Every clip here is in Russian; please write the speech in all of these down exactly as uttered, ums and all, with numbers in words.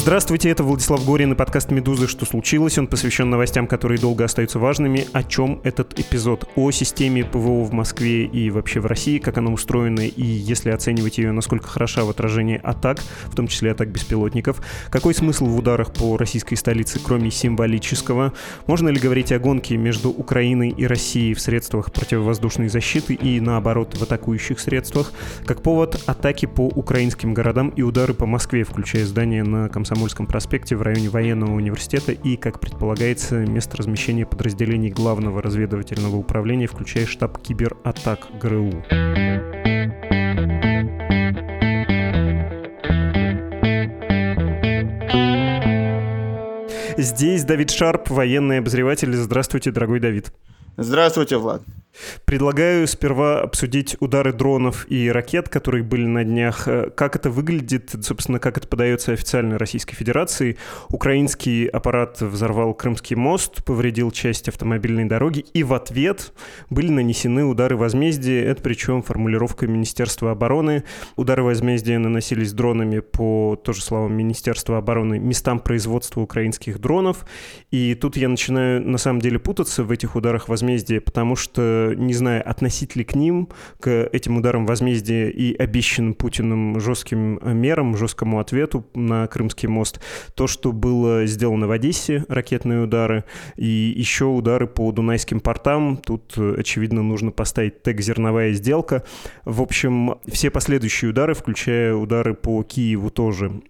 Здравствуйте, это Владислав Горин и подкаст «Медузы. Что случилось?». Он посвящен новостям, которые долго остаются важными. О чем этот эпизод? О системе ПВО в Москве и вообще в России, как она устроена, и если оценивать ее, насколько хороша в отражении атак, в том числе атак беспилотников. Какой смысл в ударах по российской столице, кроме символического? Можно ли говорить о гонке между Украиной и Россией в средствах противовоздушной защиты и, наоборот, в атакующих средствах? Как повод атаки по украинским городам и удары по Москве, включая здания на Комсомольском проспекте в районе военного университета и, как предполагается, место размещения подразделений Главного разведывательного управления, включая штаб кибератак ГРУ. Здесь Давид Шарп, военный обозреватель. Здравствуйте, дорогой Давид. Здравствуйте, Влад. Предлагаю сперва обсудить удары дронов и ракет, которые были на днях. Как это выглядит, собственно, как это подается официально Российской Федерации. Украинский аппарат взорвал Крымский мост, повредил часть автомобильной дороги, и в ответ были нанесены удары возмездия. Это причем формулировка Министерства обороны. Удары возмездия наносились дронами по, тоже словам Министерства обороны, местам производства украинских дронов. И тут я начинаю, на самом деле, путаться в этих ударах возмездия, потому что не знаю, относить ли к ним, к этим ударам возмездия и обещанным Путиным жестким мерам, жесткому ответу на Крымский мост, то, что было сделано в Одессе, ракетные удары, и еще удары по Дунайским портам. Тут, очевидно, нужно поставить тег «зерновая сделка». В общем, все последующие удары, включая удары по Киеву тоже.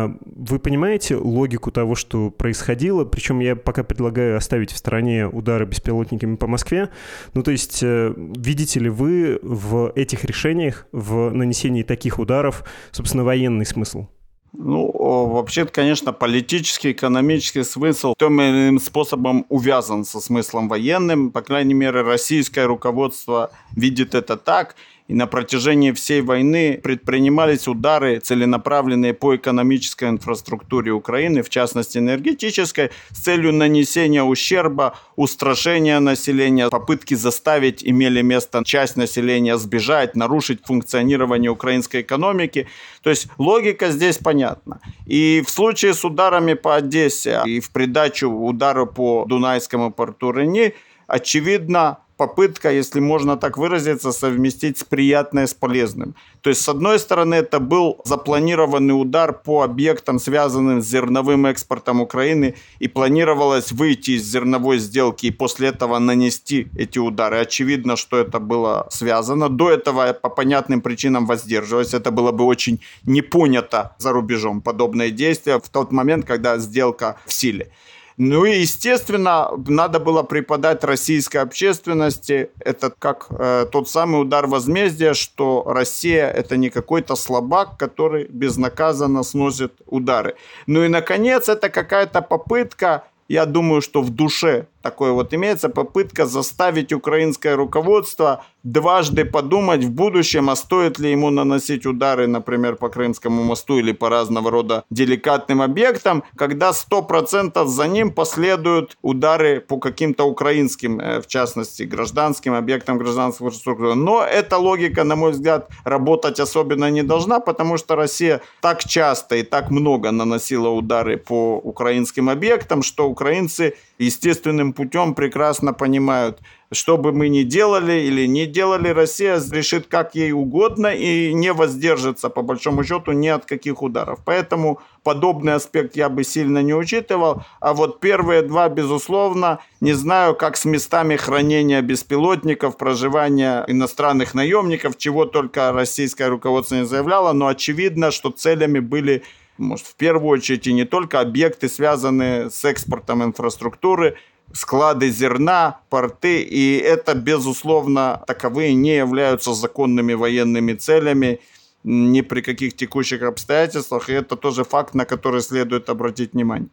Вы понимаете логику того, что происходило? Причем я пока предлагаю оставить в стороне удары беспилотниками по Москве. Ну, то есть видите ли вы в этих решениях, в нанесении таких ударов, собственно, военный смысл? Ну, вообще-то, конечно, политический, экономический смысл тем или иным способом увязан со смыслом военным. По крайней мере, российское руководство видит это так. И на протяжении всей войны предпринимались удары, целенаправленные по экономической инфраструктуре Украины, в частности энергетической, с целью нанесения ущерба, устрашения населения, попытки заставить имели место часть населения сбежать, нарушить функционирование украинской экономики. То есть логика здесь понятна. И в случае с ударами по Одессе и в придачу удару по Дунайскому порту Рени, очевидно, попытка, если можно так выразиться, совместить приятное с полезным. То есть, с одной стороны, это был запланированный удар по объектам, связанным с зерновым экспортом Украины, и планировалось выйти из зерновой сделки и после этого нанести эти удары. Очевидно, что это было связано. До этого по понятным причинам воздерживалось. Это было бы очень не понято за рубежом, подобное действие в тот момент, когда сделка в силе. Ну и, естественно, надо было преподать российской общественности это как э, тот самый удар возмездия, что Россия – это не какой-то слабак, который безнаказанно сносит удары. Ну и, наконец, это какая-то попытка, я думаю, что в душе такое вот имеется, попытка заставить украинское руководство дважды подумать в будущем, а стоит ли ему наносить удары, например, по Крымскому мосту или по разного рода деликатным объектам, когда сто процентов за ним последуют удары по каким-то украинским, в частности, гражданским объектам гражданской инфраструктуры. Но эта логика, на мой взгляд, работать особенно не должна, потому что Россия так часто и так много наносила удары по украинским объектам, что украинцы естественным путем прекрасно понимают, что бы мы ни делали или не делали, Россия решит как ей угодно и не воздержится, по большому счету, ни от каких ударов. Поэтому подобный аспект я бы сильно не учитывал. А вот первые два, безусловно, не знаю, как с местами хранения беспилотников, проживания иностранных наемников, чего только российское руководство не заявляло, но очевидно, что целями были, может, в первую очередь и не только объекты, связанные с экспортом инфраструктуры, склады зерна, порты, и это, безусловно, таковые не являются законными военными целями ни при каких текущих обстоятельствах, и это тоже факт, на который следует обратить внимание.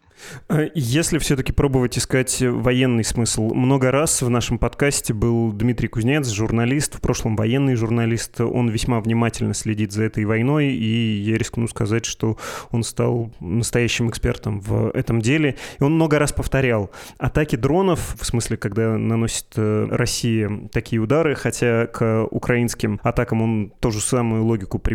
Если все-таки пробовать искать военный смысл, много раз в нашем подкасте был Дмитрий Кузнец, журналист, в прошлом военный журналист, он весьма внимательно следит за этой войной, и я рискну сказать, что он стал настоящим экспертом в этом деле, и он много раз повторял: атаки дронов, в смысле, когда наносит Россия такие удары, хотя к украинским атакам он ту же самую логику применяет,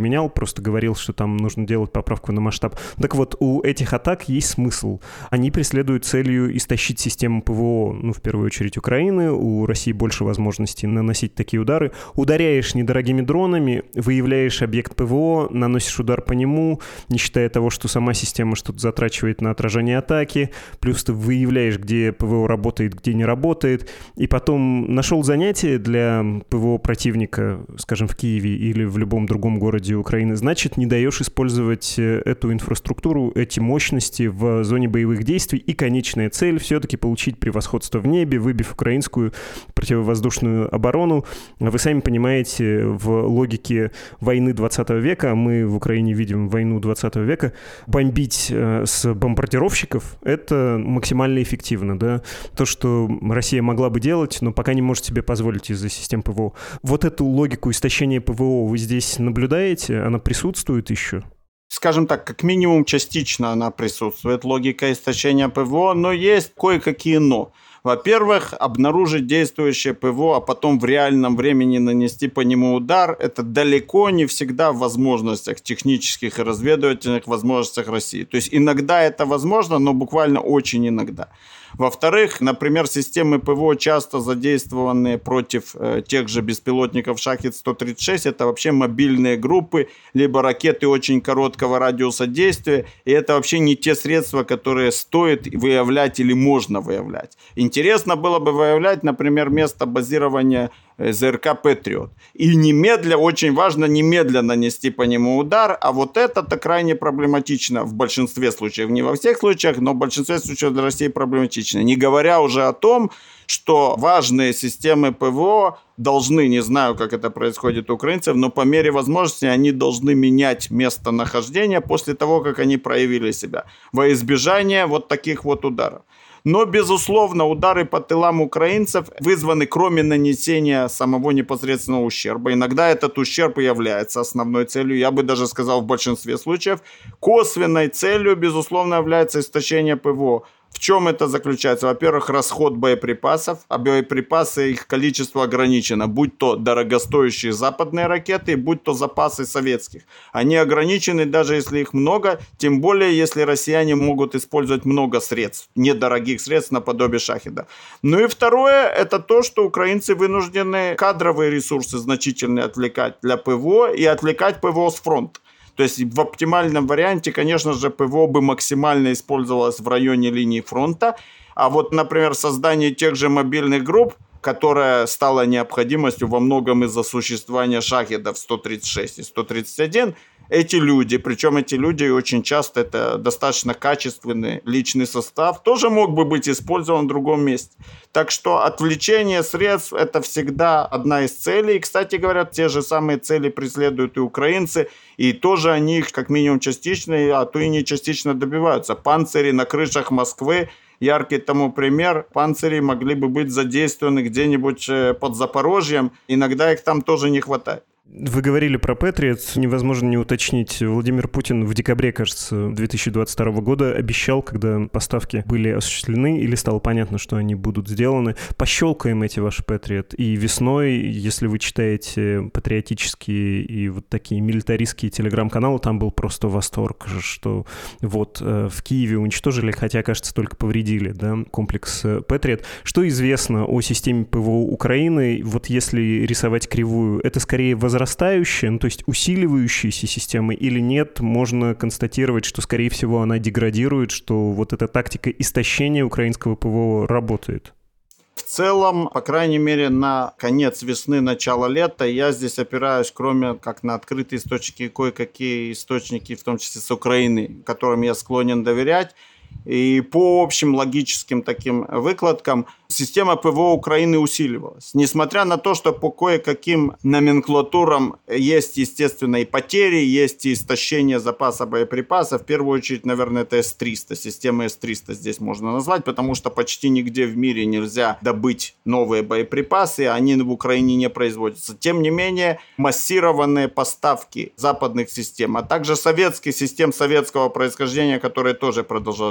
менял, просто говорил, что там нужно делать поправку на масштаб. Так вот, у этих атак есть смысл. Они преследуют целью истощить систему ПВО, ну, в первую очередь, Украины. У России больше возможностей наносить такие удары. Ударяешь недорогими дронами, выявляешь объект ПВО, наносишь удар по нему, не считая того, что сама система что-то затрачивает на отражение атаки, плюс ты выявляешь, где ПВО работает, где не работает, и потом нашел занятие для ПВО противника, скажем, в Киеве или в любом другом городе Украины, значит, не даешь использовать эту инфраструктуру, эти мощности в зоне боевых действий, и конечная цель все-таки получить превосходство в небе, выбив украинскую противовоздушную оборону. Вы сами понимаете, в логике войны двадцатого века, мы в Украине видим войну двадцатого века, бомбить э, с бомбардировщиков — это максимально эффективно, да. То, что Россия могла бы делать, но пока не может себе позволить из-за систем ПВО. Вот эту логику истощения ПВО вы здесь наблюдаете? Она присутствует еще? Скажем так, как минимум частично она присутствует, логика истощения ПВО, но есть кое-какие «но». Во-первых, обнаружить действующее ПВО, а потом в реальном времени нанести по нему удар, это далеко не всегда в возможностях технических и разведывательных возможностях России. То есть иногда это возможно, но буквально очень иногда. Во-вторых, например, системы ПВО, часто задействованные против э, тех же беспилотников Шахед сто тридцать шесть, это вообще мобильные группы, либо ракеты очень короткого радиуса действия, и это вообще не те средства, которые стоит выявлять или можно выявлять. Интересно было бы выявлять, например, место базирования ЗРК «Патриот». И немедля, очень важно немедленно нанести по нему удар, а вот это-то крайне проблематично в большинстве случаев. Не во всех случаях, но в большинстве случаев для России проблематично. Не говоря уже о том, что важные системы ПВО должны, не знаю, как это происходит у украинцев, но по мере возможности они должны менять местонахождение после того, как они проявили себя, во избежание вот таких вот ударов. Но, безусловно, удары по тылам украинцев вызваны, кроме нанесения самого непосредственного ущерба. Иногда этот ущерб и является основной целью, я бы даже сказал, в большинстве случаев. Косвенной целью, безусловно, является истощение ПВО. В чем это заключается? Во-первых, расход боеприпасов, а боеприпасы, их количество ограничено, будь то дорогостоящие западные ракеты, будь то запасы советских. Они ограничены, даже если их много, тем более, если россияне могут использовать много средств, недорогих средств наподобие «Шахеда». Ну и второе, это то, что украинцы вынуждены кадровые ресурсы значительно отвлекать для ПВО и отвлекать ПВО с фронта. То есть в оптимальном варианте, конечно же, ПВО бы максимально использовалось в районе линии фронта. А вот, например, создание тех же мобильных групп, которая стала необходимостью во многом из-за существования шахедов сто тридцать шесть и сто тридцать один, эти люди, причем эти люди очень часто это достаточно качественный личный состав, тоже мог бы быть использован в другом месте. Так что отвлечение средств – это всегда одна из целей. И, кстати говоря, те же самые цели преследуют и украинцы, и тоже они их как минимум частично, а то и не частично добиваются. Панцири на крышах Москвы, яркий тому пример, панцири могли бы быть задействованы где-нибудь под Запорожьем, иногда их там тоже не хватает. Вы говорили про Патриот, невозможно не уточнить. Владимир Путин в декабре, кажется, две тысячи двадцать второго года обещал, когда поставки были осуществлены или стало понятно, что они будут сделаны, пощелкаем эти ваши Патриот. И весной, если вы читаете патриотические и вот такие милитаристские телеграм-каналы, там был просто восторг, что вот в Киеве уничтожили, хотя, кажется, только повредили, да, комплекс Патриот. Что известно о системе ПВО Украины? Вот если рисовать кривую, это скорее возрастание возрастающая, ну, то есть усиливающаяся система или нет, можно констатировать, что, скорее всего, она деградирует, что вот эта тактика истощения украинского ПВО работает? В целом, по крайней мере, на конец весны, начало лета, я здесь опираюсь, кроме как на открытые источники, кое-какие источники, в том числе с Украины, которым я склонен доверять. И по общим логическим таким выкладкам система ПВО Украины усиливалась. Несмотря на то, что по кое-каким номенклатурам есть, естественно, и потери, есть и истощение запаса боеприпасов. В первую очередь, наверное, это эс триста. Система эс триста здесь можно назвать, потому что почти нигде в мире нельзя добыть новые боеприпасы, они в Украине не производятся. Тем не менее, массированные поставки западных систем, а также советских систем советского происхождения, которые тоже продолжают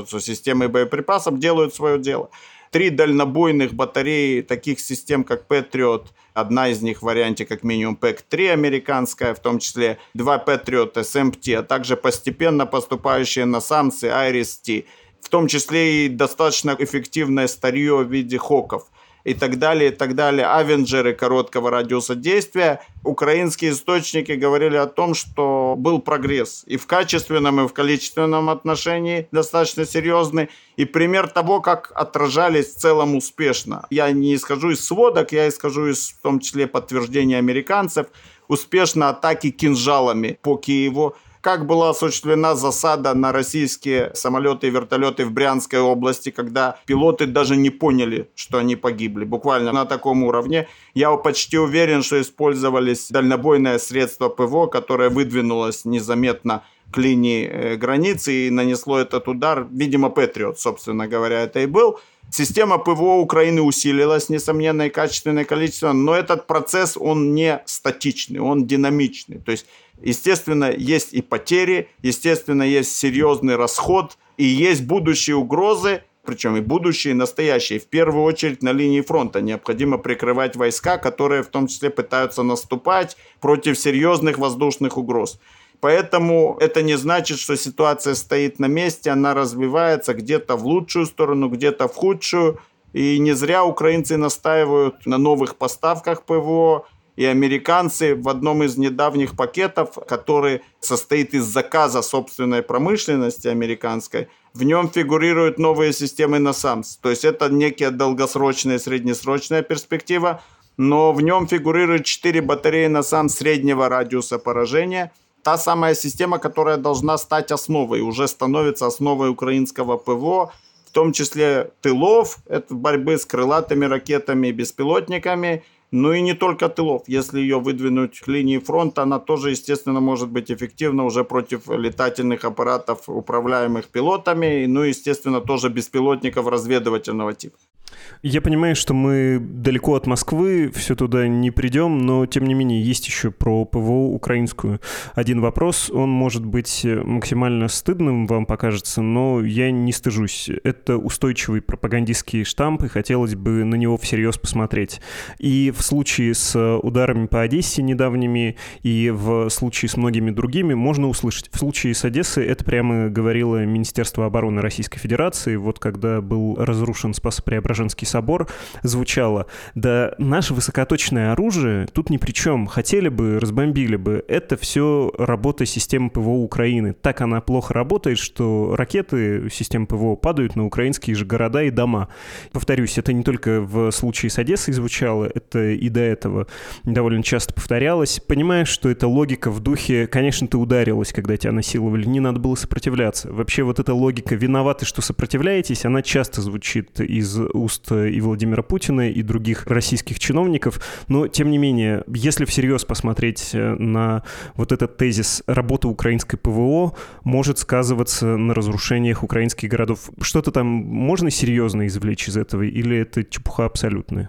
что системы боеприпасов делают свое дело. Три дальнобойных батареи таких систем, как Патриот, одна из них в варианте как минимум пэк три американская, в том числе два Патриот эс эм ти, а также постепенно поступающие на самсы Айрис-Т, в том числе и достаточно эффективное старье в виде Хоков и так далее, и так далее. Авенджеры короткого радиуса действия. Украинские источники говорили о том, что был прогресс и в качественном, и в количественном отношении достаточно серьезный. И пример того, как отражались в целом успешно. Я не исхожу из сводок, я исхожу из, в том числе, подтверждения американцев, успешно атаки кинжалами по Киеву. Как была осуществлена засада на российские самолеты и вертолеты в Брянской области, когда пилоты даже не поняли, что они погибли. Буквально на таком уровне. Я почти уверен, что использовались дальнобойное средство ПВО, которое выдвинулось незаметно к линии границы и нанесло этот удар. Видимо, Патриот, собственно говоря, это и был. Система ПВО Украины усилилась, несомненно, и качественно, и количественно, но этот процесс, он не статичный, он динамичный. То есть, естественно, есть и потери, естественно, есть серьезный расход, и есть будущие угрозы, причем и будущие, и настоящие. В первую очередь на линии фронта необходимо прикрывать войска, которые в том числе пытаются наступать против серьезных воздушных угроз. Поэтому это не значит, что ситуация стоит на месте, она развивается где-то в лучшую сторону, где-то в худшую. И не зря украинцы настаивают на новых поставках ПВО. И американцы в одном из недавних пакетов, который состоит из заказа собственной промышленности американской, в нем фигурируют новые системы насамс. То есть это некая долгосрочная, среднесрочная перспектива, но в нем фигурируют четыре батареи насамс среднего радиуса поражения. Та самая система, которая должна стать основой, уже становится основой украинского ПВО, в том числе тылов, это борьбы с крылатыми ракетами и беспилотниками, ну и не только тылов. Если ее выдвинуть к линии фронта, она тоже, естественно, может быть эффективна уже против летательных аппаратов, управляемых пилотами, ну и, естественно, тоже беспилотников разведывательного типа. Я понимаю, что мы далеко от Москвы, все туда не придем, но, тем не менее, есть еще про ПВО украинскую один вопрос. Он может быть максимально стыдным, вам покажется, но я не стыжусь. Это устойчивый пропагандистский штамп, и хотелось бы на него всерьез посмотреть. И в случае с ударами по Одессе недавними, и в случае с многими другими можно услышать. В случае с Одессой это прямо говорило Министерство обороны Российской Федерации, вот когда был разрушен Спасо-Преображенский собор, звучало: да наше высокоточное оружие тут ни при чем, хотели бы, разбомбили бы, это все работа системы ПВО Украины. Так она плохо работает, что ракеты системы ПВО падают на украинские же города и дома. Повторюсь, это не только в случае с Одессой звучало, это и до этого довольно часто повторялось. Понимаешь, что это логика в духе: конечно, ты ударилась, когда тебя насиловали, не надо было сопротивляться. Вообще вот эта логика «виноваты, что сопротивляетесь», она часто звучит из уст и Владимира Путина, и других российских чиновников. Но, тем не менее, если всерьез посмотреть на вот этот тезис, работа украинской ПВО может сказываться на разрушениях украинских городов. Что-то там можно серьезно извлечь из этого, или это чепуха абсолютная?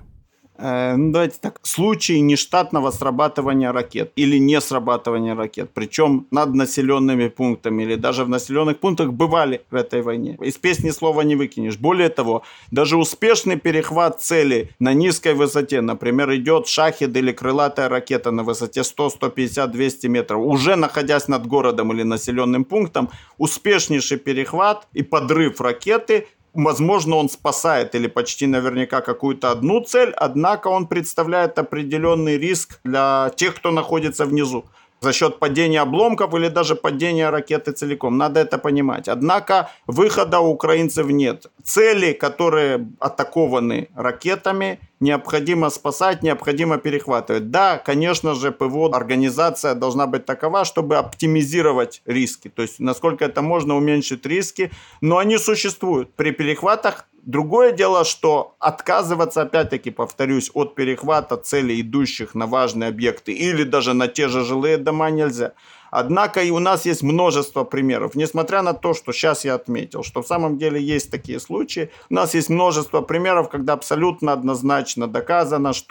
Ну, давайте так. Случаи нештатного срабатывания ракет или не срабатывания ракет, причем над населенными пунктами или даже в населенных пунктах, бывали в этой войне. Из песни слова не выкинешь. Более того, даже успешный перехват цели на низкой высоте, например, идет шахед или крылатая ракета на высоте сто, сто пятьдесят, двести метров, уже находясь над городом или населенным пунктом, успешнейший перехват и подрыв ракеты, возможно, он спасает или почти наверняка какую-то одну цель, однако он представляет определенный риск для тех, кто находится внизу, за счет падения обломков или даже падения ракеты целиком. Надо это понимать. Однако выхода у украинцев нет. Цели, которые атакованы ракетами, необходимо спасать, необходимо перехватывать. Да, конечно же, ПВО, организация должна быть такова, чтобы оптимизировать риски. То есть, насколько это можно уменьшить риски, но они существуют. При перехватах другое дело, что отказываться, опять-таки, повторюсь, от перехвата целей, идущих на важные объекты или даже на те же жилые дома, нельзя. Однако и у нас есть множество примеров. Несмотря на то, что сейчас я отметил, что в самом деле есть такие случаи, у нас есть множество примеров, когда абсолютно однозначно доказано, что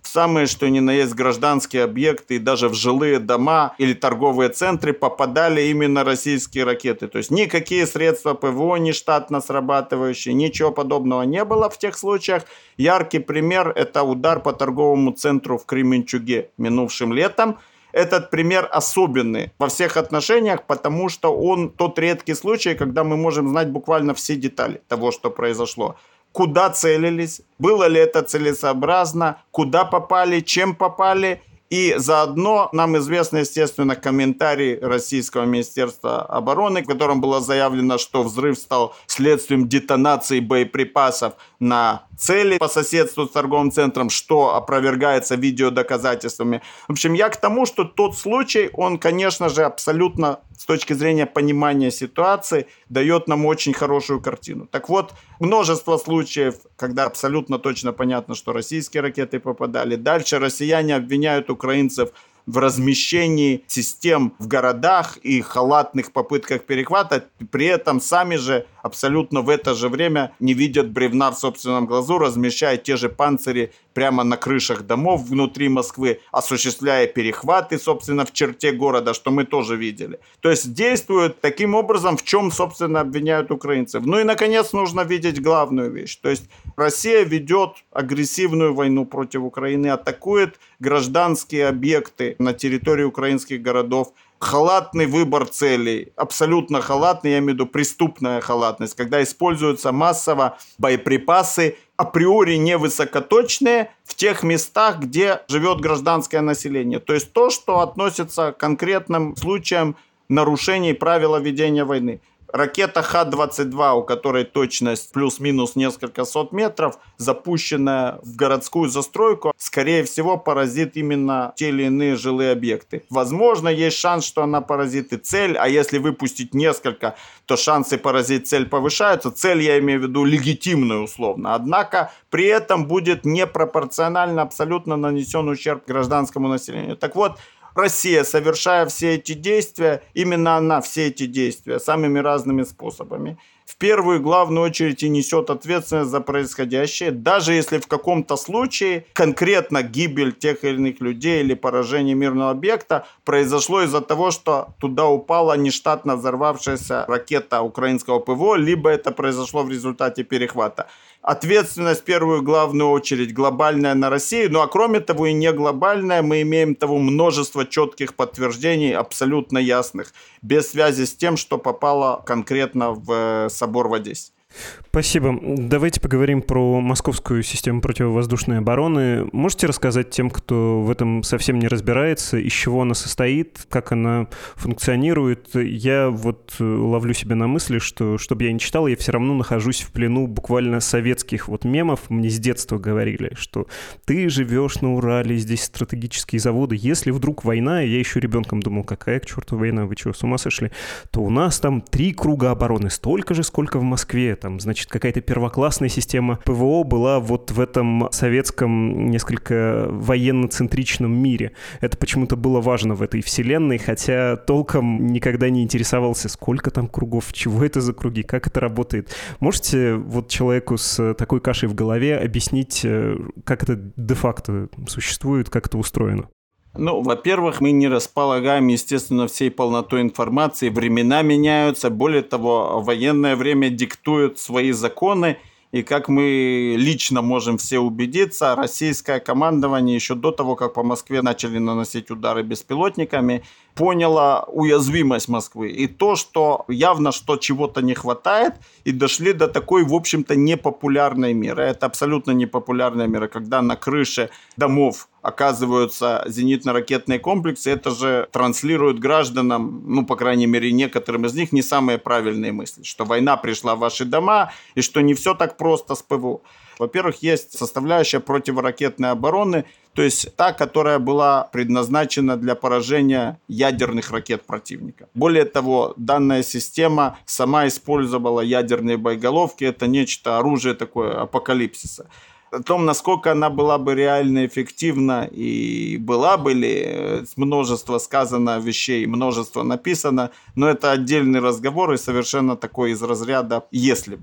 в самые что ни на есть гражданские объекты и даже в жилые дома или торговые центры попадали именно российские ракеты. То есть никакие средства ПВО не штатно срабатывающие, ничего подобного не было в тех случаях. Яркий пример – это удар по торговому центру в Кременчуге минувшим летом. Этот пример особенный во всех отношениях, потому что он тот редкий случай, когда мы можем знать буквально все детали того, что произошло. Куда целились, было ли это целесообразно, куда попали, чем попали. И заодно нам известно, естественно, комментарий Российского Министерства обороны, в котором было заявлено, что взрыв стал следствием детонации боеприпасов на цели по соседству с торговым центром, что опровергается видеодоказательствами. В общем, я к тому, что тот случай, он, конечно же, абсолютно с точки зрения понимания ситуации дает нам очень хорошую картину. Так вот, множество случаев, когда абсолютно точно понятно, что российские ракеты попадали. Дальше россияне обвиняют украинцев в размещении систем в городах и халатных попытках перехвата, при этом сами же абсолютно в это же время не видят бревна в собственном глазу, размещая те же панцири прямо на крышах домов внутри Москвы, осуществляя перехваты, собственно, в черте города, что мы тоже видели. То есть действуют таким образом, в чем, собственно, обвиняют украинцев. Ну и, наконец, нужно видеть главную вещь. То есть Россия ведет агрессивную войну против Украины, атакует гражданские объекты на территории украинских городов. Халатный выбор целей, абсолютно халатный, я имею в виду преступная халатность, когда используются массово боеприпасы, априори невысокоточные, в тех местах, где живет гражданское население. То есть то, что относится к конкретным случаям нарушений правила ведения войны. Ракета Х двадцать два, у которой точность плюс-минус несколько сот метров, запущенная в городскую застройку, скорее всего поразит именно те или иные жилые объекты. Возможно, есть шанс, что она поразит и цель, а если выпустить несколько, то шансы поразить цель повышаются. Цель, я имею в виду, легитимную условно. Однако при этом будет непропорционально абсолютно нанесен ущерб гражданскому населению. Так вот, Россия, совершая все эти действия, именно она все эти действия самыми разными способами, в первую главную очередь и несет ответственность за происходящее, даже если в каком-то случае конкретно гибель тех или иных людей или поражение мирного объекта произошло из-за того, что туда упала нештатно взорвавшаяся ракета украинского ПВО, либо это произошло в результате перехвата. Ответственность в первую главную очередь глобальная на Россию, ну а кроме того и не глобальная, мы имеем того множество четких подтверждений, абсолютно ясных, без связи с тем, что попало конкретно в собор в Одессе. Спасибо. Давайте поговорим про московскую систему противовоздушной обороны. Можете рассказать тем, кто в этом совсем не разбирается, из чего она состоит, как она функционирует? Я вот ловлю себя на мысли, что, чтобы я не читал, я все равно нахожусь в плену буквально советских вот мемов. Мне с детства говорили, что ты живешь на Урале, здесь стратегические заводы. Если вдруг война, я еще ребенком думал, какая к черту война, вы что, с ума сошли? То у нас там три круга обороны, столько же, сколько в Москве. Там, значит, какая-то первоклассная система ПВО была вот в этом советском несколько военно-центричном мире. Это почему-то было важно в этой вселенной, хотя толком никогда не интересовался, сколько там кругов, чего это за круги, как это работает. Можете вот человеку с такой кашей в голове объяснить, как это де-факто существует, как это устроено? Ну, во-первых, мы не располагаем, естественно, всей полнотой информации. Времена меняются. Более того, военное время диктует свои законы. И как мы лично можем все убедиться, российское командование еще до того, как по Москве начали наносить удары беспилотниками, поняло уязвимость Москвы. И то, что явно, что чего-то не хватает, и дошли до такой, в общем-то, непопулярной меры. Это абсолютно непопулярная мера, когда на крыше домов оказываются зенитно-ракетные комплексы, это же транслирует гражданам, ну, по крайней мере, некоторым из них, не самые правильные мысли, что война пришла в ваши дома, и что не все так просто с ПВО. Во-первых, есть составляющая противоракетной обороны, то есть та, которая была предназначена для поражения ядерных ракет противника. Более того, данная система сама использовала ядерные боеголовки, это нечто, оружие такое апокалипсиса. О том, насколько она была бы реально эффективна и была бы ли, множество сказано вещей, множество написано, но это отдельный разговор и совершенно такой из разряда «если бы».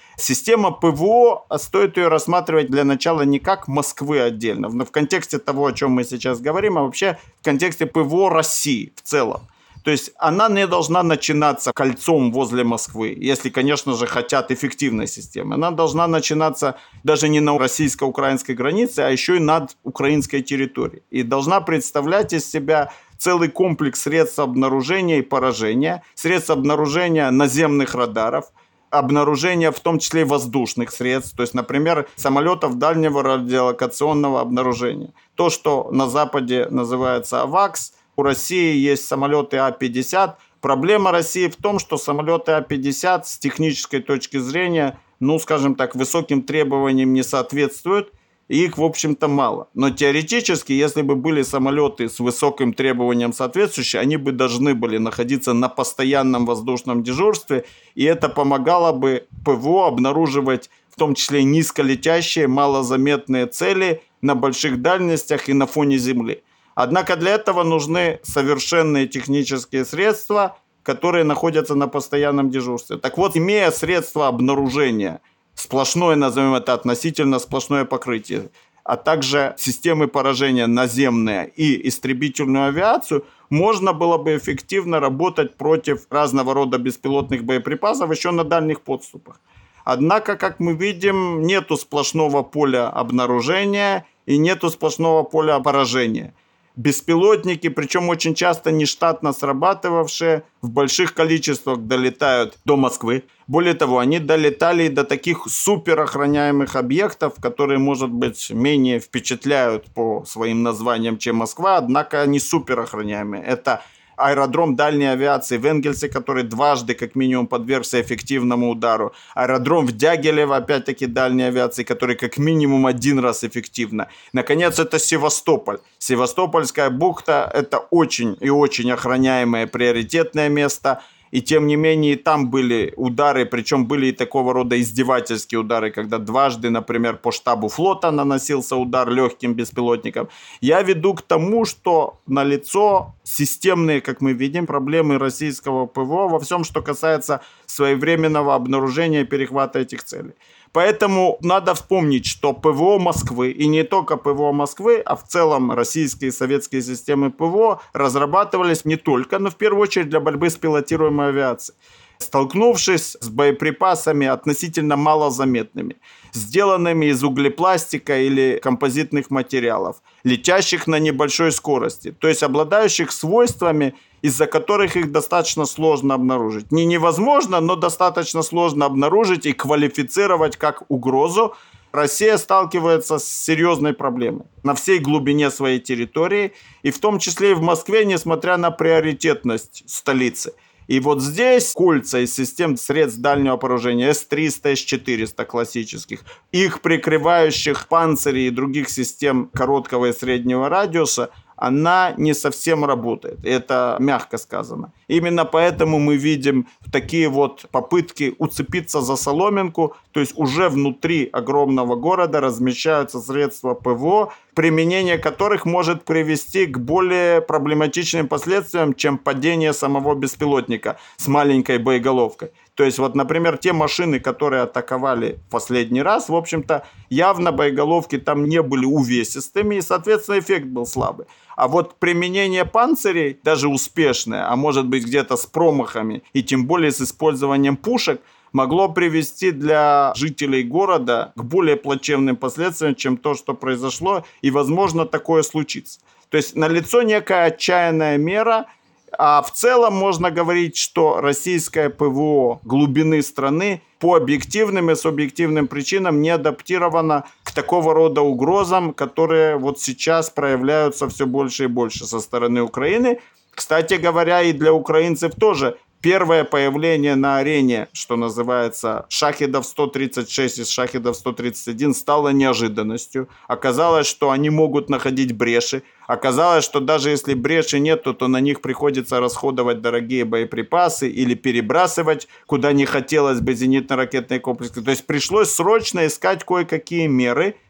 Система ПВО, стоит ее рассматривать для начала не как Москвы отдельно, но в контексте того, о чем мы сейчас говорим, а вообще в контексте ПВО России в целом. То есть она не должна начинаться кольцом возле Москвы, если, конечно же, хотят эффективной системы. Она должна начинаться даже не на российско-украинской границе, а еще и над украинской территорией. И должна представлять из себя целый комплекс средств обнаружения и поражения, средств обнаружения наземных радаров, обнаружения в том числе и воздушных средств, то есть, например, самолетов дальнего радиолокационного обнаружения. То, что на Западе называется АВАКС, у России есть самолеты А пятьдесят. Проблема России в том, что самолеты А пятьдесят с технической точки зрения, ну, скажем так, высоким требованиям не соответствуют, и их, в общем-то, мало. Но теоретически, если бы были самолеты с высоким требованием соответствующие, они бы должны были находиться на постоянном воздушном дежурстве, и это помогало бы ПВО обнаруживать в том числе низколетящие, малозаметные цели на больших дальностях и на фоне Земли. Однако для этого нужны совершенные технические средства, которые находятся на постоянном дежурстве. Так вот, имея средства обнаружения, сплошное, назовем это относительно сплошное покрытие, а также системы поражения наземные и истребительную авиацию, можно было бы эффективно работать против разного рода беспилотных боеприпасов еще на дальних подступах. Однако, как мы видим, нету сплошного поля обнаружения и нету сплошного поля поражения. Беспилотники, причем очень часто нештатно срабатывавшие, в больших количествах долетают до Москвы. Более того, они долетали до таких суперохраняемых объектов, которые, может быть, менее впечатляют по своим названиям, чем Москва, однако они суперохраняемые. Это аэродром дальней авиации в Энгельсе, который дважды как минимум подвергся эффективному удару. Аэродром в Дягилево, опять-таки дальней авиации, который как минимум один раз эффективно. Наконец, это Севастополь. Севастопольская бухта – это очень и очень охраняемое приоритетное место. И тем не менее, там были удары, причем были и такого рода издевательские удары, когда дважды, например, по штабу флота наносился удар легким беспилотником. Я веду к тому, что налицо системные, как мы видим, проблемы российского ПВО во всем, что касается своевременного обнаружения и перехвата этих целей. Поэтому надо вспомнить, что ПВО Москвы, и не только ПВО Москвы, а в целом российские и советские системы ПВО разрабатывались не только, но в первую очередь для борьбы с пилотируемой авиацией. Столкнувшись с боеприпасами относительно малозаметными, сделанными из углепластика или композитных материалов, летящих на небольшой скорости, то есть обладающих свойствами, из-за которых их достаточно сложно обнаружить. Не невозможно, но достаточно сложно обнаружить и квалифицировать как угрозу. Россия сталкивается с серьезной проблемой на всей глубине своей территории, и в том числе и в Москве, несмотря на приоритетность столицы. И вот здесь кольца из систем средств дальнего поражения эс триста, эс четыреста классических, их прикрывающих панцирей и других систем короткого и среднего радиуса, она не совсем работает. Это мягко сказано. Именно поэтому мы видим такие вот попытки уцепиться за соломинку, то есть уже внутри огромного города размещаются средства ПВО, применение которых может привести к более проблематичным последствиям, чем падение самого беспилотника с маленькой боеголовкой. То есть вот, например, те машины, которые атаковали в последний раз, в общем-то, явно боеголовки там не были увесистыми, и, соответственно, эффект был слабый. А вот применение панцирей, даже успешное, а может быть где-то с промахами, и тем более с использованием пушек, могло привести для жителей города к более плачевным последствиям, чем то, что произошло, и, возможно, такое случится. То есть налицо некая отчаянная мера, а в целом можно говорить, что российское ПВО глубины страны по объективным и субъективным причинам не адаптировано к такого рода угрозам, которые вот сейчас проявляются все больше и больше со стороны Украины. Кстати говоря, и для украинцев тоже. Первое появление на арене, что называется, шахедов сто тридцать шесть и шахедов сто тридцать один стало неожиданностью. Оказалось, что они могут находить бреши. Оказалось, что даже если бреши нету, то на них приходится расходовать дорогие боеприпасы или перебрасывать, куда не хотелось бы, зенитно-ракетные комплексы. То есть пришлось срочно искать кое-какие меры.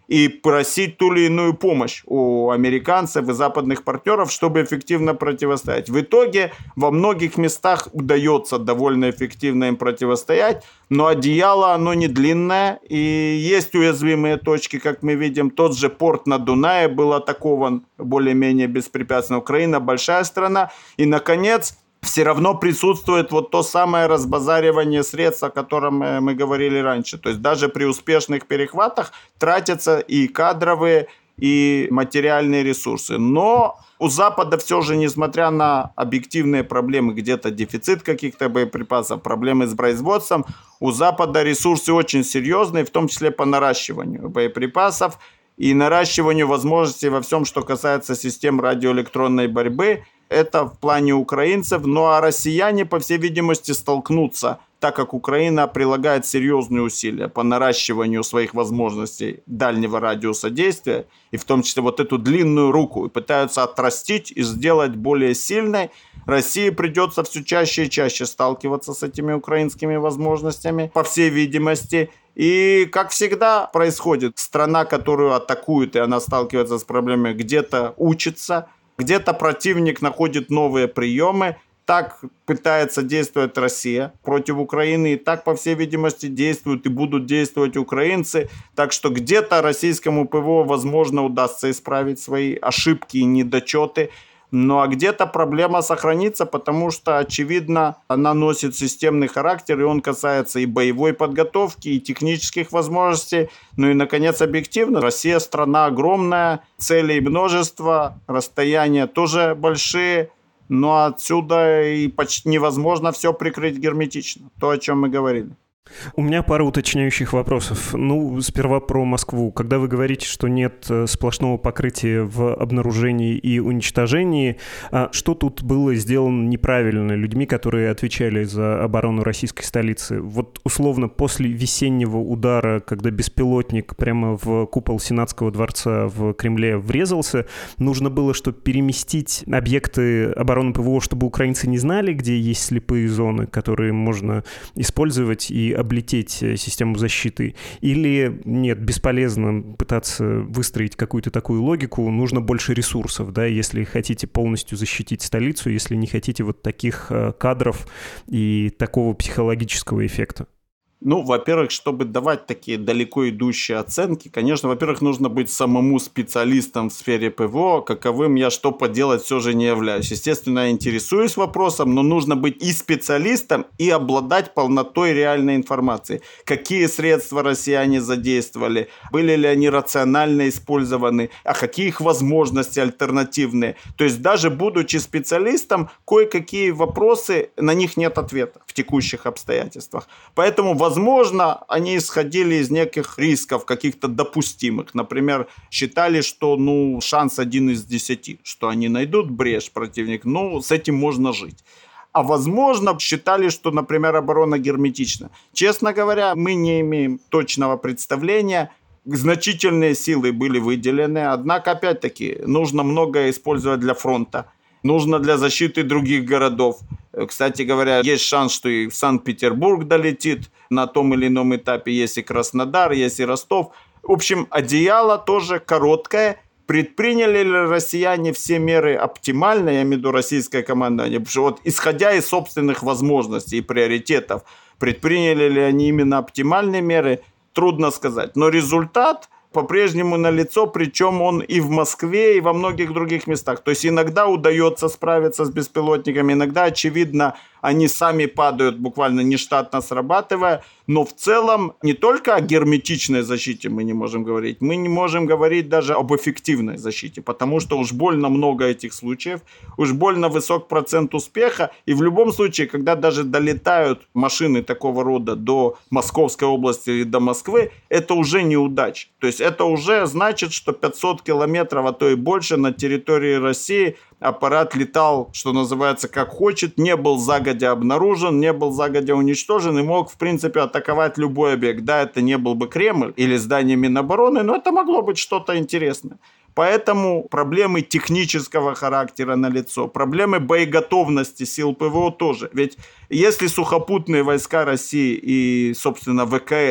и просить ту или иную помощь у американцев и западных партнеров, чтобы эффективно противостоять. В итоге во многих местах удается довольно эффективно им противостоять, но одеяло, оно не длинное, и есть уязвимые точки, как мы видим. Тот же порт на Дунае был атакован более-менее беспрепятственно. Украина большая страна. И, наконец, все равно присутствует вот то самое разбазаривание средств, о котором мы говорили раньше. То есть даже при успешных перехватах тратятся и кадровые, и материальные ресурсы. Но у Запада все же, несмотря на объективные проблемы, где-то дефицит каких-то боеприпасов, проблемы с производством, у Запада ресурсы очень серьезные, в том числе по наращиванию боеприпасов и наращиванию возможностей во всем, что касается систем радиоэлектронной борьбы. Это в плане украинцев. Ну а россияне, по всей видимости, столкнутся, так как Украина прилагает серьезные усилия по наращиванию своих возможностей дальнего радиуса действия, и в том числе вот эту длинную руку, и пытаются отрастить и сделать более сильной. России придется все чаще и чаще сталкиваться с этими украинскими возможностями, по всей видимости. И, как всегда происходит, страна, которую атакуют, и она сталкивается с проблемами, где-то учится, где-то противник находит новые приемы. Так пытается действовать Россия против Украины, и так, по всей видимости, действуют и будут действовать украинцы. Так что где-то российскому ПВО, возможно, удастся исправить свои ошибки и недочеты. Ну а где-то проблема сохранится, потому что, очевидно, она носит системный характер, и он касается и боевой подготовки, и технических возможностей. Ну и, наконец, объективно, Россия страна огромная, целей множество, расстояния тоже большие, но отсюда и почти невозможно все прикрыть герметично, то, о чем мы говорили. У меня пара уточняющих вопросов. Ну, сперва про Москву. Когда вы говорите, что нет сплошного покрытия в обнаружении и уничтожении, что тут было сделано неправильно людьми, которые отвечали за оборону российской столицы? Вот условно после весеннего удара, когда беспилотник прямо в купол Сенатского дворца в Кремле врезался, нужно было, чтобы переместить объекты обороны ПВО, чтобы украинцы не знали, где есть слепые зоны, которые можно использовать и облететь систему защиты, или нет, бесполезно пытаться выстроить какую-то такую логику, нужно больше ресурсов, да, если хотите полностью защитить столицу, если не хотите вот таких кадров и такого психологического эффекта? Ну, во-первых, чтобы давать такие далеко идущие оценки, конечно, во-первых, нужно быть самому специалистом в сфере ПВО, каковым я, что поделать, все же не являюсь. Естественно, я интересуюсь вопросом, но нужно быть и специалистом, и обладать полнотой реальной информации. Какие средства россияне задействовали, были ли они рационально использованы, а какие их возможности альтернативные. То есть даже будучи специалистом, кое-какие вопросы, на них нет ответа в текущих обстоятельствах. Поэтому, возможно, они исходили из неких рисков, каких-то допустимых. Например, считали, что ну, шанс один из десяти, что они найдут брешь противник, ну, с этим можно жить. А возможно, считали, что, например, оборона герметична. Честно говоря, мы не имеем точного представления. Значительные силы были выделены, однако, опять-таки, нужно многое использовать для фронта. Нужно для защиты других городов. Кстати говоря, есть шанс, что и Санкт-Петербург долетит на том или ином этапе. Есть и Краснодар, есть и Ростов. В общем, одеяло тоже короткое. Предприняли ли россияне все меры оптимально, я имею в виду российское командование, потому что вот исходя из собственных возможностей и приоритетов, предприняли ли они именно оптимальные меры, трудно сказать. Но результат по-прежнему налицо, причем он и в Москве, и во многих других местах. То есть иногда удается справиться с беспилотниками, иногда, очевидно, они сами падают, буквально нештатно срабатывая. Но в целом не только о герметичной защите мы не можем говорить, мы не можем говорить даже об эффективной защите, потому что уж больно много этих случаев, уж больно высок процент успеха. И в любом случае, когда даже долетают машины такого рода до Московской области или до Москвы, это уже неудача. То есть это уже значит, что пятьсот километров, а то и больше на территории России аппарат летал, что называется, как хочет, не был загодя обнаружен, не был загодя уничтожен и мог, в принципе, атаковать любой объект. Да, это не был бы Кремль или здание Минобороны, но это могло быть что-то интересное. Поэтому проблемы технического характера налицо, проблемы боеготовности сил ПВО тоже. Ведь если сухопутные войска России и, собственно, ВКС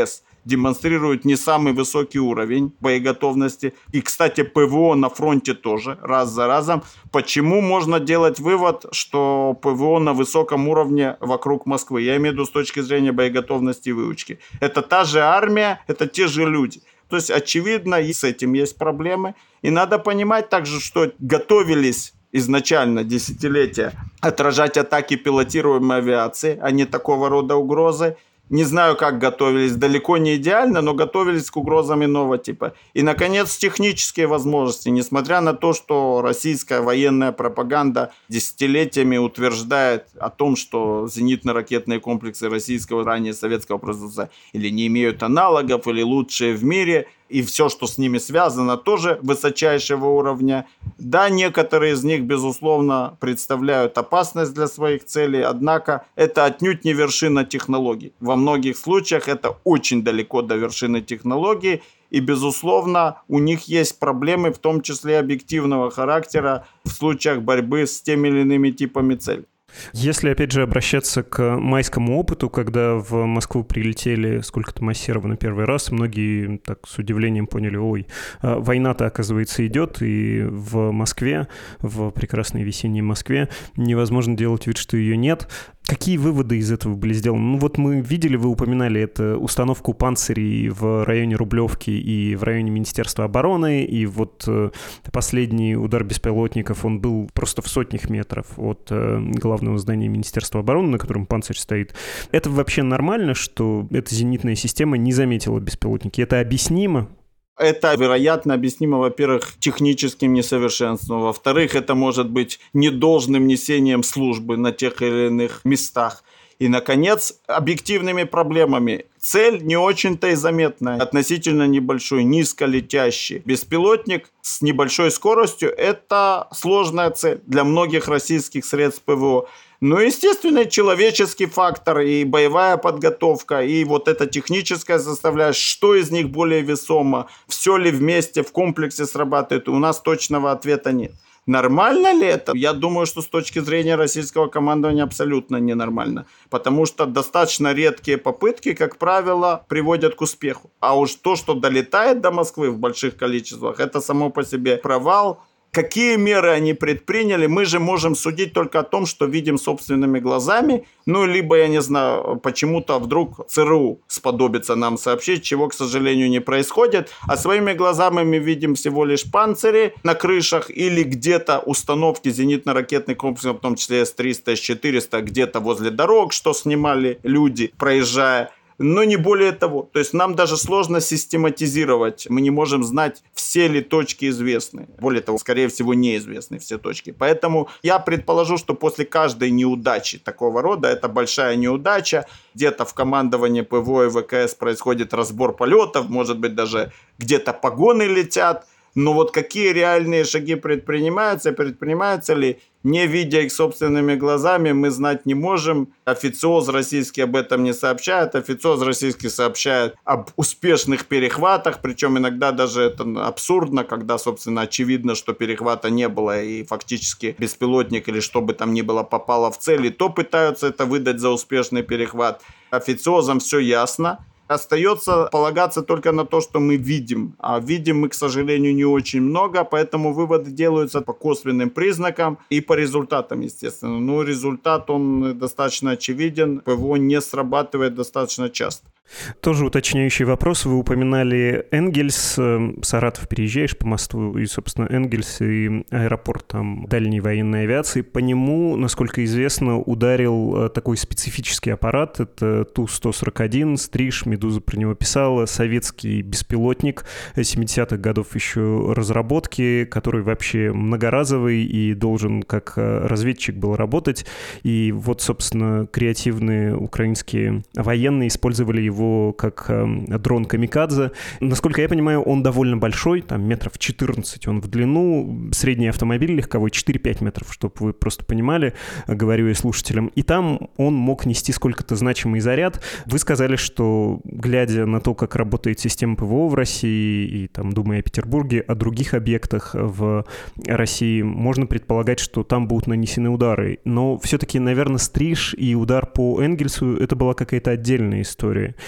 демонстрируют не самый высокий уровень боеготовности. И, кстати, ПВО на фронте тоже, раз за разом. Почему можно делать вывод, что ПВО на высоком уровне вокруг Москвы? Я имею в виду с точки зрения боеготовности и выучки. Это та же армия, это те же люди. То есть, очевидно, и с этим есть проблемы. И надо понимать также, что готовились изначально десятилетия отражать атаки пилотируемой авиации, а не такого рода угрозы. Не знаю, как готовились, далеко не идеально, но готовились к угрозам иного типа. И, наконец, технические возможности. Несмотря на то, что российская военная пропаганда десятилетиями утверждает о том, что зенитно-ракетные комплексы российского, ранее советского производства или не имеют аналогов, или лучшие в мире, и все, что с ними связано, тоже высочайшего уровня. Да, некоторые из них, безусловно, представляют опасность для своих целей, однако это отнюдь не вершина технологий. Во многих случаях это очень далеко до вершины технологий, и, безусловно, у них есть проблемы, в том числе объективного характера, в случаях борьбы с теми или иными типами целей. Если, опять же, обращаться к майскому опыту, когда в Москву прилетели сколько-то массированно первый раз, многие так с удивлением поняли, ой, война-то, оказывается, идет, и в Москве, в прекрасной весенней Москве, невозможно делать вид, что ее нет. Какие выводы из этого были сделаны? Ну вот мы видели, вы упоминали это, установку панцирей в районе Рублевки и в районе Министерства обороны, и вот э, последний удар беспилотников, он был просто в сотнях метров от э, главного здания Министерства обороны, на котором панцирь стоит. Это вообще нормально, что эта зенитная система не заметила беспилотники? Это объяснимо? Это, вероятно, объяснимо, во-первых, техническим несовершенством, во-вторых, это может быть недолжным несением службы на тех или иных местах. И, наконец, объективными проблемами. Цель не очень-то и заметная, относительно небольшой, низколетящий. Беспилотник с небольшой скоростью – это сложная цель для многих российских средств ПВО. Ну, естественно, человеческий фактор и боевая подготовка, и вот эта техническая составляющая, что из них более весомо, все ли вместе в комплексе срабатывает, у нас точного ответа нет. Нормально ли это? Я думаю, что с точки зрения российского командования абсолютно ненормально, потому что достаточно редкие попытки, как правило, приводят к успеху. А уж то, что долетает до Москвы в больших количествах, это само по себе провал. Какие меры они предприняли, мы же можем судить только о том, что видим собственными глазами. Ну, либо, я не знаю, почему-то вдруг ЦРУ сподобится нам сообщить, чего, к сожалению, не происходит. А своими глазами мы видим всего лишь панцири на крышах или где-то установки зенитно-ракетных комплексов, в том числе эс триста, эс четыреста, где-то возле дорог, что снимали люди, проезжая. Но не более того. То есть нам даже сложно систематизировать. Мы не можем знать, все ли точки известны. Более того, скорее всего, неизвестны все точки. Поэтому я предположу, что после каждой неудачи такого рода, это большая неудача, где-то в командовании ПВО и ВКС происходит разбор полетов, может быть, даже где-то погоны летят. Но вот какие реальные шаги предпринимаются, предпринимаются ли, не видя их собственными глазами, мы знать не можем. Официоз российский об этом не сообщает. Официоз российский сообщает об успешных перехватах, причем иногда даже это абсурдно, когда, собственно, очевидно, что перехвата не было, и фактически беспилотник или что бы там ни было попало в цель, и то пытаются это выдать за успешный перехват. Официозам все ясно. Остается полагаться только на то, что мы видим. А видим мы, к сожалению, не очень много, поэтому выводы делаются по косвенным признакам и по результатам, естественно. Но результат, он достаточно очевиден. ПВО не срабатывает достаточно часто. Тоже уточняющий вопрос. Вы упоминали Энгельс. Саратов переезжаешь по мосту, и, собственно, Энгельс и аэропорт там дальней военной авиации. По нему, насколько известно, ударил такой специфический аппарат. Это Ту сто сорок один, Стриж, Медуза про него писала. Советский беспилотник семидесятых годов еще разработки, который вообще многоразовый и должен как разведчик был работать. И вот, собственно, креативные украинские военные использовали его как э, дрон «Камикадзе». Насколько я понимаю, он довольно большой, там метров четырнадцать он в длину, средний автомобиль легковой четыре-пять метров, чтобы вы просто понимали, говорю я слушателям. И там он мог нести сколько-то значимый заряд. Вы сказали, что, глядя на то, как работает система ПВО в России, и там, думая о Петербурге, о других объектах в России, можно предполагать, что там будут нанесены удары. Но все-таки, наверное, Стриж и удар по Энгельсу — это была какая-то отдельная история.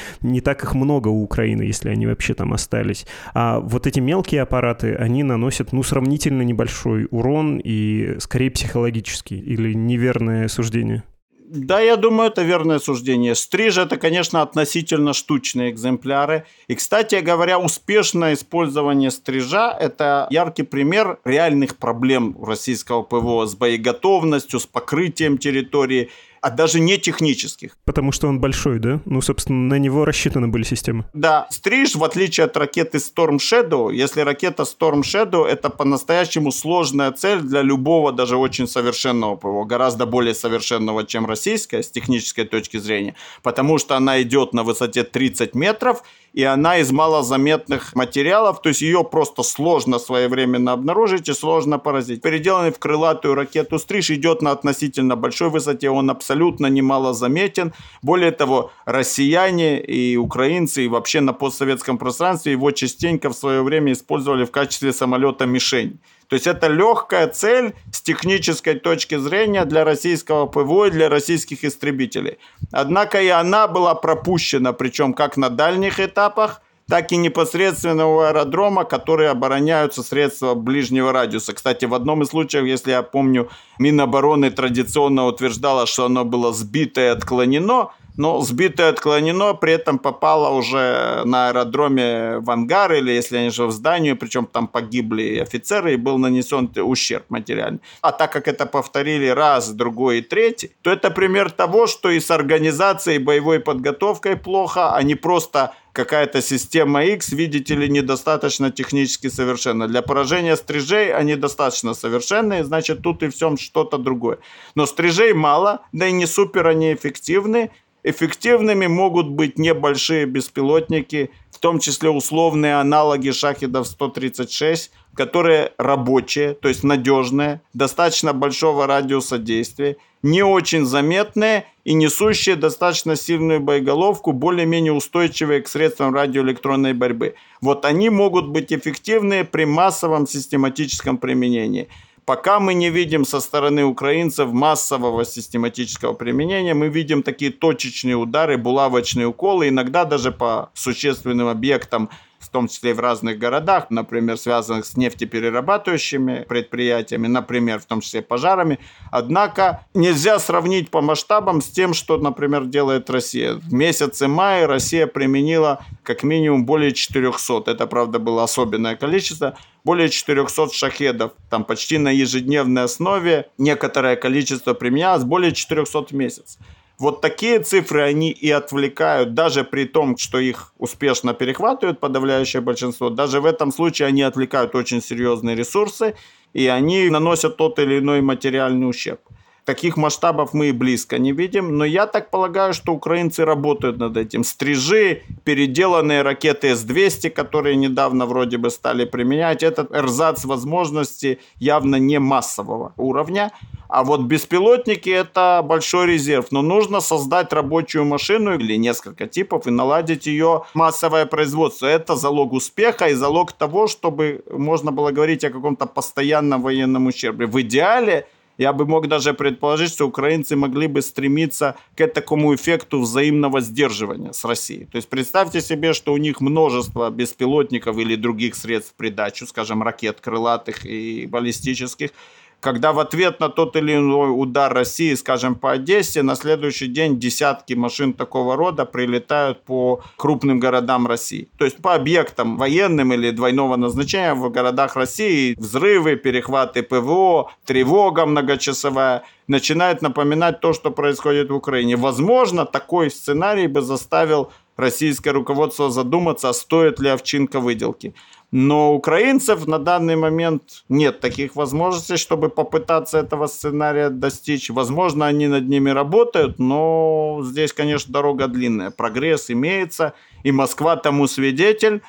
не так их много у Украины, если они вообще там остались. А вот эти мелкие аппараты, они наносят, ну, сравнительно небольшой урон и скорее психологический, или неверное суждение? Да, я думаю, это верное суждение. Стриж – это, конечно, относительно штучные экземпляры. И, кстати говоря, успешное использование стрижа – это яркий пример реальных проблем российского ПВО с боеготовностью, с покрытием территории, а даже не технических. Потому что он большой, да? Ну, собственно, на него рассчитаны были системы. Да, стриж, в отличие от ракеты Storm Shadow, если ракета Storm Shadow – это по-настоящему сложная цель для любого, даже очень совершенного ПВО, гораздо более совершенного, чем российская, с технической точки зрения, потому что она идет на высоте тридцать метров, и она из малозаметных материалов, то есть ее просто сложно своевременно обнаружить и сложно поразить. Переделанный в крылатую ракету стриж идет на относительно большой высоте, он абсолютно немало заметен. Более того, россияне и украинцы, и вообще на постсоветском пространстве его частенько в свое время использовали в качестве самолета-мишень. То есть это легкая цель с технической точки зрения для российского ПВО и для российских истребителей. Однако и она была пропущена, причем как на дальних этапах, так и непосредственно у аэродрома, которые обороняются средства ближнего радиуса. Кстати, в одном из случаев, если я помню, Минобороны традиционно утверждала, что оно было сбито и отклонено, но сбито и отклонено, при этом попало уже на аэродроме в ангар, или, если я не ошибаюсь, в здание, причем там погибли офицеры, и был нанесен ущерб материальный. А так как это повторили раз, другой и третий, то это пример того, что и с организацией, боевой подготовкой плохо, а не просто какая-то система X, видите ли, недостаточно технически совершенна. Для поражения стрижей они достаточно совершенные, значит, тут и всем что-то другое. Но стрижей мало, да и не супер они эффективны. Эффективными могут быть небольшие беспилотники, в том числе условные аналоги шахедов сто тридцать шесть, которые рабочие, то есть надежные, достаточно большого радиуса действия, не очень заметные и несущие достаточно сильную боеголовку, более-менее устойчивые к средствам радиоэлектронной борьбы. Вот они могут быть эффективны при массовом систематическом применении. Пока мы не видим со стороны украинцев массового систематического применения, мы видим такие точечные удары, булавочные уколы, иногда даже по существенным объектам, в том числе и в разных городах, например, связанных с нефтеперерабатывающими предприятиями, например, в том числе пожарами. Однако нельзя сравнить по масштабам с тем, что, например, делает Россия. В месяце мая Россия применила как минимум более четырехсот, это, правда, было особенное количество, более четырехсот шахедов, там почти на ежедневной основе некоторое количество применялось, более четырехсот в месяц. Вот такие цифры они и отвлекают, даже при том, что их успешно перехватывают подавляющее большинство, даже в этом случае они отвлекают очень серьезные ресурсы, и они наносят тот или иной материальный ущерб. Таких масштабов мы и близко не видим, но я так полагаю, что украинцы работают над этим. Стрижи, переделанные ракеты эс двести, которые недавно вроде бы стали применять, этот эрзац возможностей явно не массового уровня. А вот беспилотники – это большой резерв. Но нужно создать рабочую машину или несколько типов и наладить ее массовое производство. Это залог успеха и залог того, чтобы можно было говорить о каком-то постоянном военном ущербе. В идеале я бы мог даже предположить, что украинцы могли бы стремиться к такому эффекту взаимного сдерживания с Россией. То есть представьте себе, что у них множество беспилотников или других средств в придачу, скажем, ракет крылатых и баллистических, когда в ответ на тот или иной удар России, скажем, по Одессе, на следующий день десятки машин такого рода прилетают по крупным городам России. То есть по объектам военным или двойного назначения в городах России взрывы, перехваты ПВО, тревога многочасовая начинает напоминать то, что происходит в Украине. Возможно, такой сценарий бы заставил российское руководство задуматься, а стоит ли овчинка выделки. Но у украинцев на данный момент нет таких возможностей, чтобы попытаться этого сценария достичь. Возможно, они над ними работают, но здесь, конечно, дорога длинная. Прогресс имеется, и Москва тому свидетель.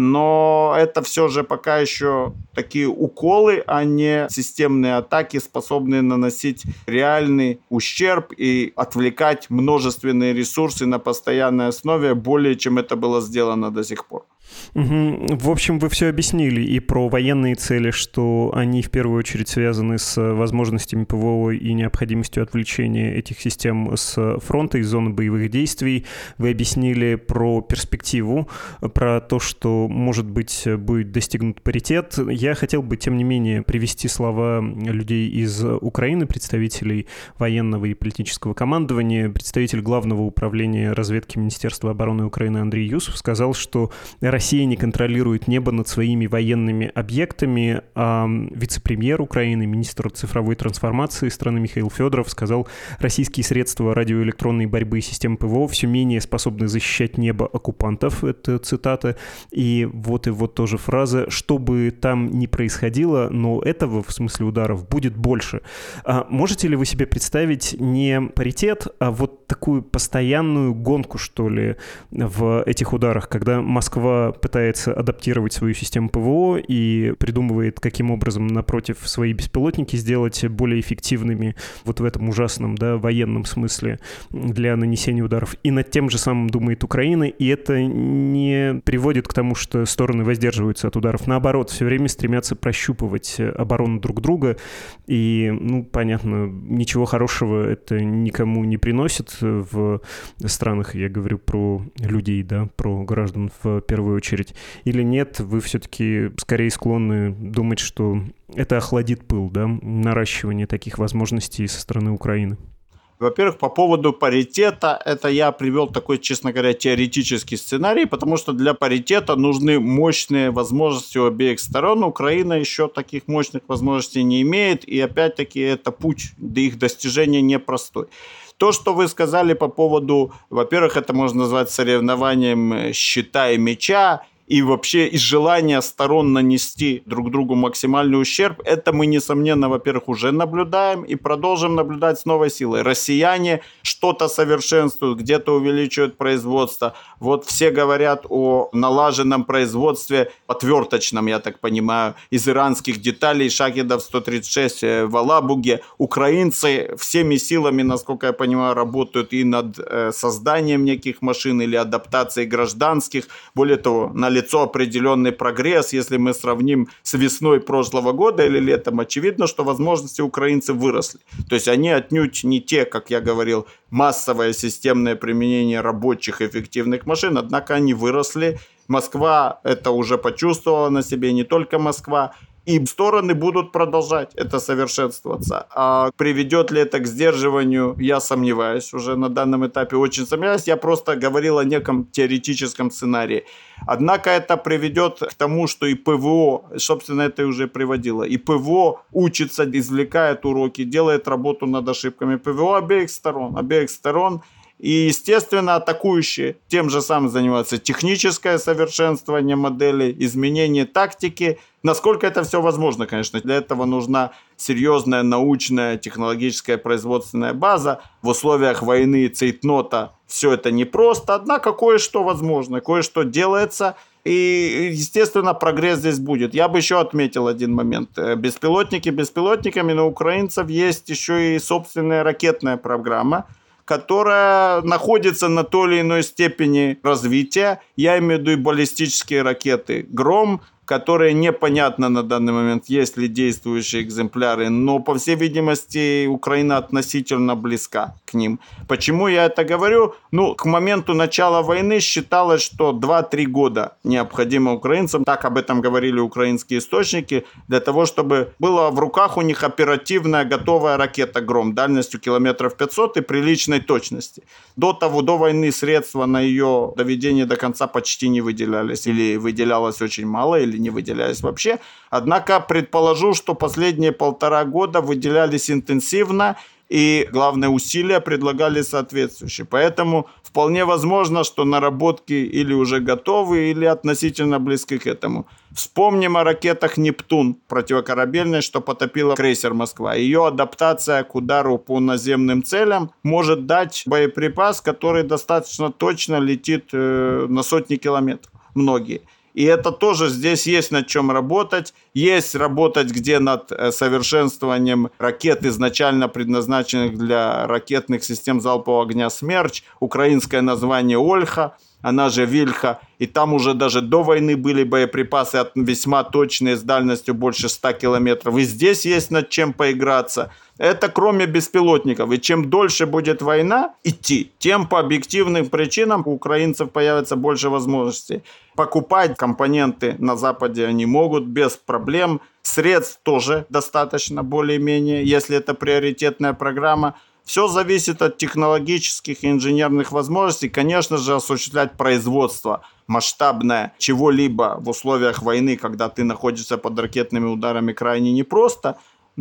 Но это все же пока еще такие уколы, а не системные атаки, способные наносить реальный ущерб и отвлекать множественные ресурсы на постоянной основе, более чем это было сделано до сих пор. Угу. В общем, вы все объяснили и про военные цели, что они в первую очередь связаны с возможностями ПВО и необходимостью отвлечения этих систем с фронта, из зоны боевых действий. Вы объяснили про перспективу, про то, что, может быть, будет достигнут паритет. Я хотел бы, тем не менее, привести слова людей из Украины, представителей военного и политического командования. Представитель Главного управления разведки Министерства обороны Украины Андрей Юсов сказал, что Россия не контролирует небо над своими военными объектами, а вице-премьер Украины, министр цифровой трансформации страны Михаил Федоров сказал, российские средства радиоэлектронной борьбы и системы ПВО все менее способны защищать небо оккупантов. Это цитата. И вот и вот тоже фраза, что бы там ни происходило, но этого, в смысле ударов, будет больше. А можете ли вы себе представить не паритет, а вот такую постоянную гонку, что ли, в этих ударах, когда Москва пытается адаптировать свою систему ПВО и придумывает, каким образом, напротив, свои беспилотники сделать более эффективными вот в этом ужасном, да, военном смысле для нанесения ударов. И над тем же самым думает Украина, и это не приводит к тому, что стороны воздерживаются от ударов. Наоборот, все время стремятся прощупывать оборону друг друга, и, ну, понятно, ничего хорошего это никому не приносит в странах, я говорю про людей, да, про граждан в первую очередь. Или нет, вы все-таки скорее склонны думать, что это охладит пыл, да, наращивание таких возможностей со стороны Украины? Во-первых, по поводу паритета, это я привел такой, честно говоря, теоретический сценарий, потому что для паритета нужны мощные возможности у обеих сторон. Украина еще таких мощных возможностей не имеет, и опять-таки это путь до их достижения непростой. То, что вы сказали по поводу, во-первых, это можно назвать соревнованием щита и меча, и вообще из желания сторон нанести друг другу максимальный ущерб, это мы, несомненно, во-первых, уже наблюдаем и продолжим наблюдать с новой силой. Россияне что-то совершенствуют, где-то увеличивают производство. Вот все говорят о налаженном производстве, отверточном, я так понимаю, из иранских деталей Шахедов сто тридцать шесть в Алабуге. Украинцы всеми силами, насколько я понимаю, работают и над э, созданием неких машин или адаптацией гражданских. Более того, на лицо определенный прогресс, если мы сравним с весной прошлого года или летом, очевидно, что возможности украинцев выросли. То есть они отнюдь не те, как я говорил, массовое системное применение рабочих эффективных машин, однако они выросли. Москва это уже почувствовала на себе, не только Москва. И стороны будут продолжать это совершенствоваться. А приведет ли это к сдерживанию, я сомневаюсь. Уже на данном этапе очень сомневаюсь. Я просто говорил о неком теоретическом сценарии. Однако это приведет к тому, что и ПВО, собственно, это и уже приводило, и ПВО учится, извлекает уроки, делает работу над ошибками. ПВО обеих сторон, обеих сторон. И, естественно, атакующие тем же самым занимаются. Техническое совершенствование моделей, изменение тактики. Насколько это все возможно, конечно. Для этого нужна серьезная научная, технологическая, производственная база. В условиях войны, цейтнота все это непросто. Однако кое-что возможно, кое-что делается. И, естественно, прогресс здесь будет. Я бы еще отметил один момент. Беспилотники беспилотниками, но у украинцев есть еще и собственная ракетная программа, которая находится на той или иной степени развития. Я имею в виду и баллистические ракеты «Гром», которые непонятно на данный момент, есть ли действующие экземпляры, но, по всей видимости, Украина относительно близка к ним. Почему я это говорю? Ну, к моменту начала войны считалось, что два-три года необходимо украинцам, так об этом говорили украинские источники, для того, чтобы была в руках у них оперативная готовая ракета «Гром» дальностью километров пятьсот и приличной точности. До того, до войны средства на ее доведение до конца почти не выделялись, или выделялось очень мало, или не выделялись вообще. Однако предположу, что последние полтора года выделялись интенсивно, и главные усилия предлагали соответствующие. Поэтому вполне возможно, что наработки или уже готовы, или относительно близки к этому. Вспомним о ракетах «Нептун» противокорабельной, что потопила крейсер «Москва». Ее адаптация к удару по наземным целям может дать боеприпас, который достаточно точно летит э, на сотни километров. Многие. И это тоже здесь есть над чем работать. Есть работать где над совершенствованием ракет, изначально предназначенных для ракетных систем залпового огня «Смерч». Украинское название «Ольха». она же Вильха, и там уже даже до войны были боеприпасы весьма точные, с дальностью больше ста километров. И здесь есть над чем поиграться. Это кроме беспилотников. И чем дольше будет война идти, тем по объективным причинам у украинцев появится больше возможностей. Покупать компоненты на Западе они могут без проблем. Средств тоже достаточно более-менее, если это приоритетная программа. Все зависит от технологических и инженерных возможностей. Конечно же, осуществлять производство масштабное чего-либо в условиях войны, когда ты находишься под ракетными ударами, крайне непросто.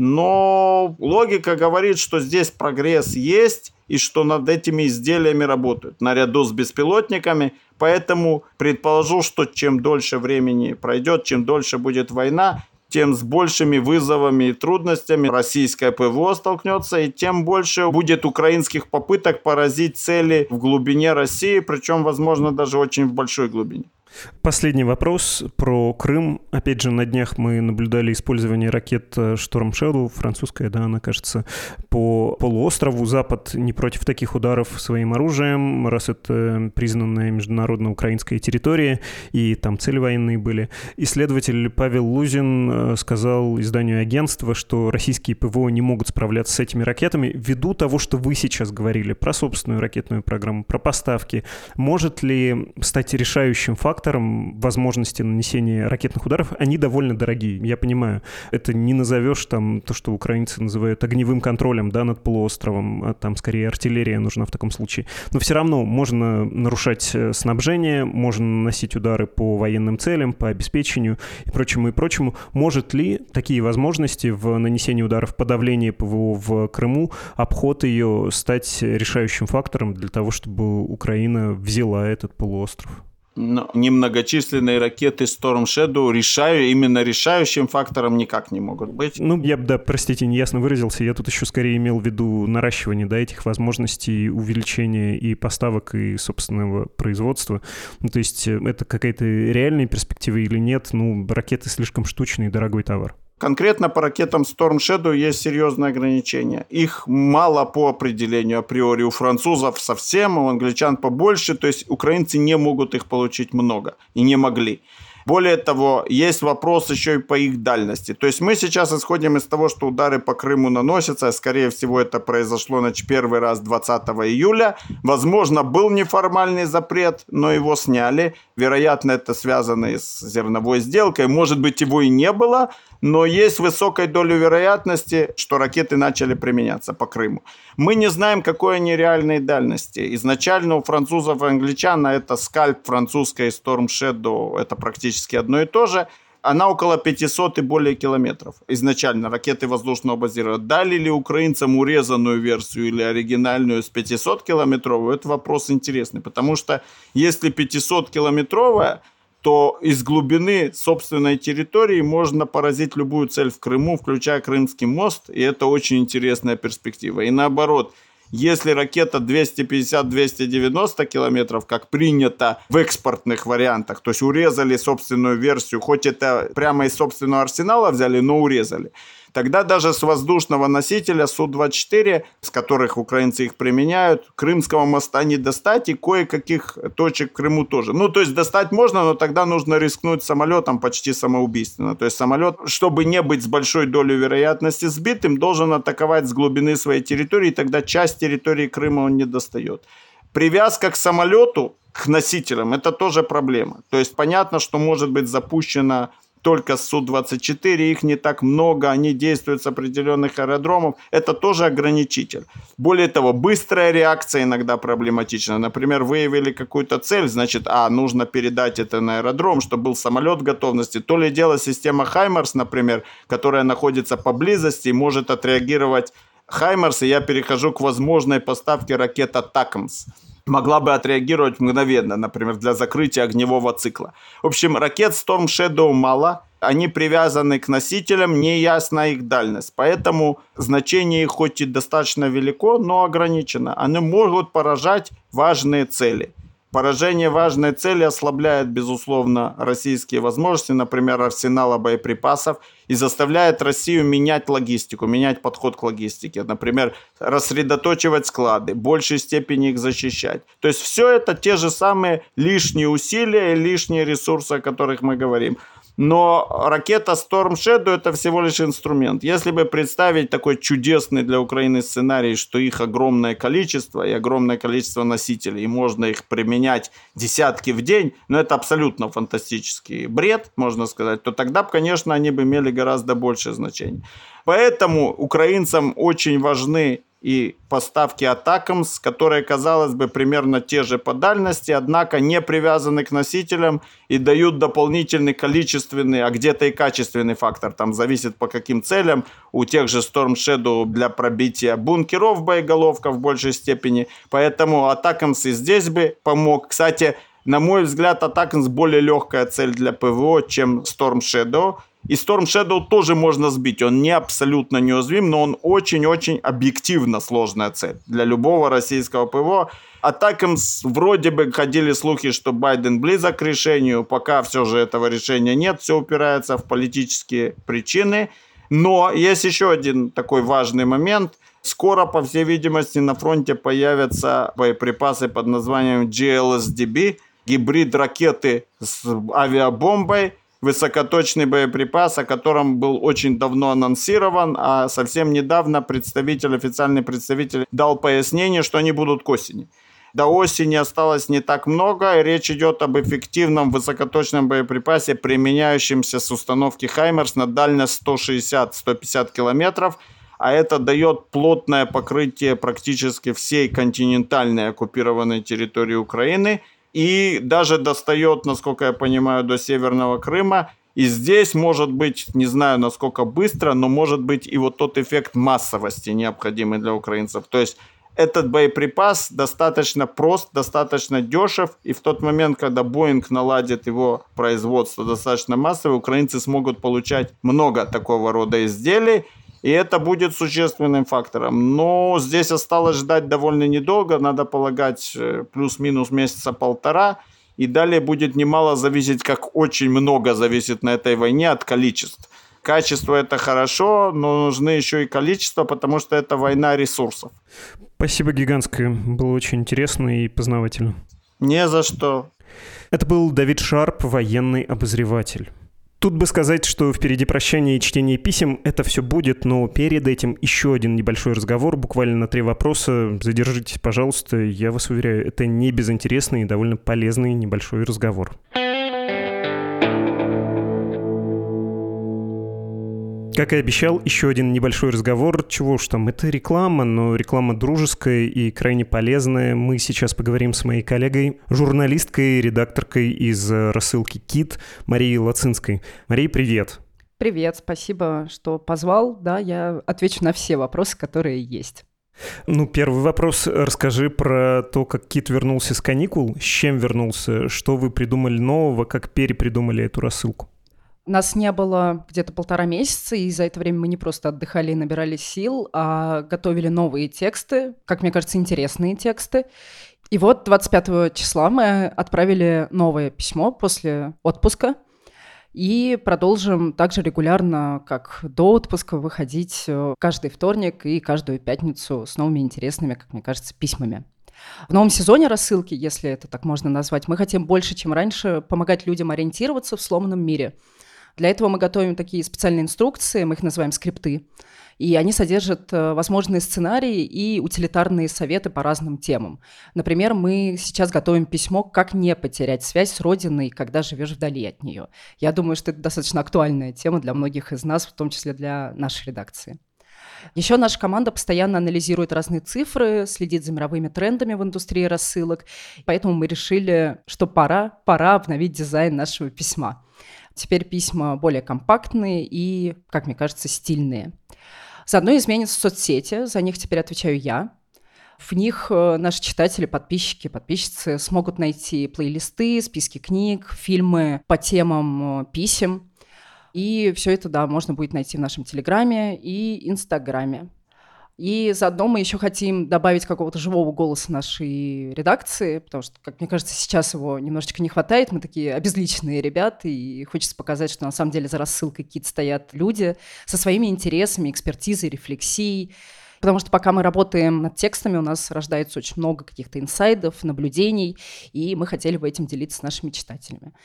Но логика говорит, что здесь прогресс есть и что над этими изделиями работают наряду с беспилотниками. Поэтому предположу, что чем дольше времени пройдет, чем дольше будет война, тем с большими вызовами и трудностями российское ПВО столкнется, и тем больше будет украинских попыток поразить цели в глубине России, причем, возможно, даже очень в большой глубине. Последний вопрос про Крым. Опять же, на днях мы наблюдали использование ракет Storm Shadow, французская, да, она, кажется, по полуострову. Запад не против таких ударов своим оружием, раз это признанная международная украинская территория, и там цели военные были. Исследователь Павел Лузин сказал изданию агентства, что российские ПВО не могут справляться с этими ракетами ввиду того, что вы сейчас говорили про собственную ракетную программу, про поставки. Может ли стать решающим фактором возможности нанесения ракетных ударов? Они довольно дорогие, я понимаю. Это не назовешь там то, что украинцы называют огневым контролем, да, над полуостровом, а там скорее артиллерия нужна в таком случае. Но все равно можно нарушать снабжение, можно наносить удары по военным целям, по обеспечению и прочему, и прочему. Может ли такие возможности в нанесении ударов, подавление ПВО в Крыму, обход ее стать решающим фактором для того, чтобы Украина взяла этот полуостров? Но немногочисленные ракеты Storm Shadow решаю, именно решающим фактором никак не могут быть. Ну, я бы, да, простите, неясно выразился. Я тут еще скорее имел в виду наращивание, да, этих возможностей, увеличение и поставок, и собственного производства. Ну, то есть это какая-то реальная перспектива или нет? Ну, ракеты слишком штучный и дорогой товар. Конкретно по ракетам Storm Shadow есть серьезные ограничения. Их мало по определению априори. У французов совсем, у англичан побольше. То есть украинцы не могут их получить много и не могли. Более того, есть вопрос еще и по их дальности. То есть мы сейчас исходим из того, что удары по Крыму наносятся. Скорее всего, это произошло значит, первый раз двадцатого июля. Возможно, был неформальный запрет, но его сняли. Вероятно, это связано с зерновой сделкой. Может быть, его и не было. Но есть высокая доля вероятности, что ракеты начали применяться по Крыму. Мы не знаем, какой они реальной дальности. Изначально у французов и англичан это скальп французская и Storm Shadow, это практически одно и то же. Она около пятисот и более километров. Изначально ракеты воздушного базирования. Дали ли украинцам урезанную версию или оригинальную с пятисоткилометровую? Это вопрос интересный, потому что если пятисоткилометровая, то из глубины собственной территории можно поразить любую цель в Крыму, включая Крымский мост, и это очень интересная перспектива. И наоборот, если ракета двести пятьдесят - двести девяносто километров, как принято в экспортных вариантах, то есть урезали собственную версию, хоть это прямо из собственного арсенала взяли, но урезали, тогда даже с воздушного носителя Су двадцать четыре, с которых украинцы их применяют, Крымского моста не достать и кое-каких точек в Крыму тоже. Ну, то есть достать можно, но тогда нужно рискнуть самолетом почти самоубийственно. То есть самолет, чтобы не быть с большой долей вероятности сбитым, должен атаковать с глубины своей территории, и тогда часть территории Крыма он не достает. Привязка к самолету, к носителям, это тоже проблема. То есть понятно, что может быть запущена только с Су двадцать четыре, их не так много, они действуют с определенных аэродромов, это тоже ограничитель. Более того, быстрая реакция иногда проблематична. Например, выявили какую-то цель, значит, а, нужно передать это на аэродром, чтобы был самолет в готовности. То ли дело система Хаймарс, например, которая находится поблизости и может отреагировать Хаймарс, и я перехожу к возможной поставке ракет Атакамс. Могла бы отреагировать мгновенно, например, для закрытия огневого цикла. В общем, ракет Storm Shadow мало, они привязаны к носителям, неясна их дальность. Поэтому значение их хоть и достаточно велико, но ограничено. Они могут поражать важные цели. Поражение важной цели ослабляет, безусловно, российские возможности, например, арсенала боеприпасов, и заставляет Россию менять логистику, менять подход к логистике. Например, рассредоточивать склады, в большей степени их защищать. То есть все это те же самые лишние усилия и лишние ресурсы, о которых мы говорим. Но ракета Storm Shadow – это всего лишь инструмент. Если бы представить такой чудесный для Украины сценарий, что их огромное количество и огромное количество носителей, и можно их применять десятки в день, но это абсолютно фантастический бред, можно сказать, то тогда, конечно, они бы имели гораздо большее значение. Поэтому украинцам очень важны и поставки Атакамс, которые, казалось бы, примерно те же по дальности, однако не привязаны к носителям и дают дополнительный количественный, а где-то и качественный фактор. Там зависит по каким целям. У тех же Storm Shadow для пробития бункеров боеголовка в большей степени. Поэтому Атакамс и здесь бы помог. Кстати, на мой взгляд, Атакамс более легкая цель для ПВО, чем Storm Shadow. И Storm Shadow тоже можно сбить. Он не абсолютно неуязвим, но он очень-очень объективно сложная цель для любого российского ПВО. Атакамс вроде бы ходили слухи, что Байден близок к решению. Пока все же этого решения нет. Все упирается в политические причины. Но есть еще один такой важный момент. Скоро, по всей видимости, на фронте появятся боеприпасы под названием джи эл эс ди би. Гибрид ракеты с авиабомбой. Высокоточный боеприпас, о котором был очень давно анонсирован, а совсем недавно представитель, официальный представитель дал пояснение, что они будут к осени. До осени осталось не так много, и речь идет об эффективном высокоточном боеприпасе, применяющемся с установки «Хаймерс» на дальность сто шестьдесят - сто пятьдесят километров, а это дает плотное покрытие практически всей континентальной оккупированной территории Украины, и даже достает, насколько я понимаю, до Северного Крыма. И здесь может быть, не знаю, насколько быстро, но может быть и вот тот эффект массовости, необходимый для украинцев. То есть этот боеприпас достаточно прост, достаточно дешев, и в тот момент, когда Боинг наладит его производство достаточно массовое, украинцы смогут получать много такого рода изделий, и это будет существенным фактором. Но здесь осталось ждать довольно недолго, надо полагать плюс-минус месяца полтора. И далее будет немало зависеть, как очень много зависит на этой войне от количеств. Качество – это хорошо, но нужны еще и количество, потому что это война ресурсов. Спасибо гигантское. Было очень интересно и познавательно. Не за что. Это был Давид Шарп, военный обозреватель. Тут бы сказать, что впереди прощание и чтение писем, это все будет, но перед этим еще один небольшой разговор, буквально на три вопроса. Задержитесь, пожалуйста, я вас уверяю, это не безинтересный и довольно полезный небольшой разговор. Как и обещал, еще один небольшой разговор. Чего уж там, это реклама, но реклама дружеская и крайне полезная. Мы сейчас поговорим с моей коллегой, журналисткой, редакторкой из рассылки «Кит» Марией Лацинской. Мария, привет. Привет, спасибо, что позвал. Да, я отвечу на все вопросы, которые есть. Ну, первый вопрос. Расскажи про то, как Кит вернулся с каникул, с чем вернулся, что вы придумали нового, как перепридумали эту рассылку. Нас не было где-то полтора месяца, и за это время мы не просто отдыхали и набирали сил, а готовили новые тексты, как мне кажется, интересные тексты. И вот двадцать пятого числа мы отправили новое письмо после отпуска и продолжим также регулярно, как до отпуска, выходить каждый вторник и каждую пятницу с новыми интересными, как мне кажется, письмами. В новом сезоне рассылки, если это так можно назвать, мы хотим больше, чем раньше, помогать людям ориентироваться в сломанном мире. Для этого мы готовим такие специальные инструкции, мы их называем скрипты, и они содержат возможные сценарии и утилитарные советы по разным темам. Например, мы сейчас готовим письмо «Как не потерять связь с Родиной, когда живешь вдали от нее». Я думаю, что это достаточно актуальная тема для многих из нас, в том числе для нашей редакции. Еще наша команда постоянно анализирует разные цифры, следит за мировыми трендами в индустрии рассылок, поэтому мы решили, что пора, пора обновить дизайн нашего письма. Теперь письма более компактные и, как мне кажется, стильные. Заодно изменятся соцсети, за них теперь отвечаю я. В них наши читатели, подписчики, подписчицы смогут найти плейлисты, списки книг, фильмы по темам писем. И все это, да, можно будет найти в нашем Телеграме и Инстаграме. И заодно мы еще хотим добавить какого-то живого голоса нашей редакции, потому что, как мне кажется, сейчас его немножечко не хватает. Мы такие обезличенные ребята, и хочется показать, что на самом деле за рассылкой какие-то стоят люди со своими интересами, экспертизой, рефлексией. Потому что пока мы работаем над текстами, у нас рождается очень много каких-то инсайдов, наблюдений, и мы хотели бы этим делиться с нашими читателями.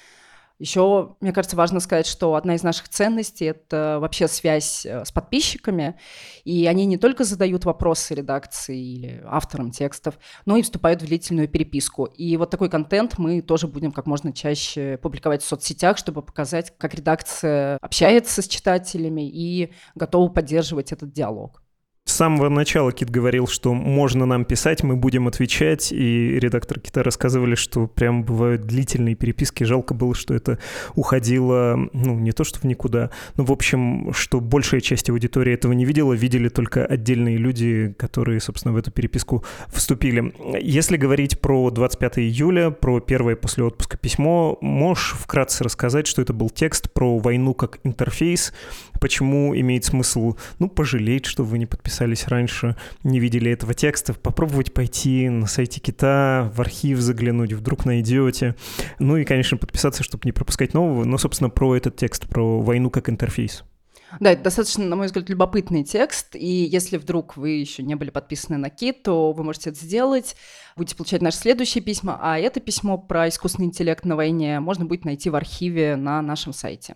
Еще, мне кажется, важно сказать, что одна из наших ценностей – это вообще связь с подписчиками, и они не только задают вопросы редакции или авторам текстов, но и вступают в длительную переписку. И вот такой контент мы тоже будем как можно чаще публиковать в соцсетях, чтобы показать, как редакция общается с читателями и готова поддерживать этот диалог. С самого начала Кит говорил, что можно нам писать, мы будем отвечать, и редактор Кита рассказывали, что прям бывают длительные переписки, жалко было, что это уходило, ну, не то что в никуда, но, в общем, что большая часть аудитории этого не видела, видели только отдельные люди, которые, собственно, в эту переписку вступили. Если говорить про двадцать пятое июля, про первое после отпуска письмо, можешь вкратце рассказать, что это был текст про войну как интерфейс, почему имеет смысл, ну, пожалеть, что вы не подписались раньше, не видели этого текста, попробовать пойти на сайте Кита, в архив заглянуть, вдруг найдете. Ну и, конечно, подписаться, чтобы не пропускать нового, но, собственно, про этот текст, про войну как интерфейс. Да, это достаточно, на мой взгляд, любопытный текст, и если вдруг вы еще не были подписаны на Кит, то вы можете это сделать, будете получать наши следующие письма, а это письмо про искусственный интеллект на войне можно будет найти в архиве на нашем сайте.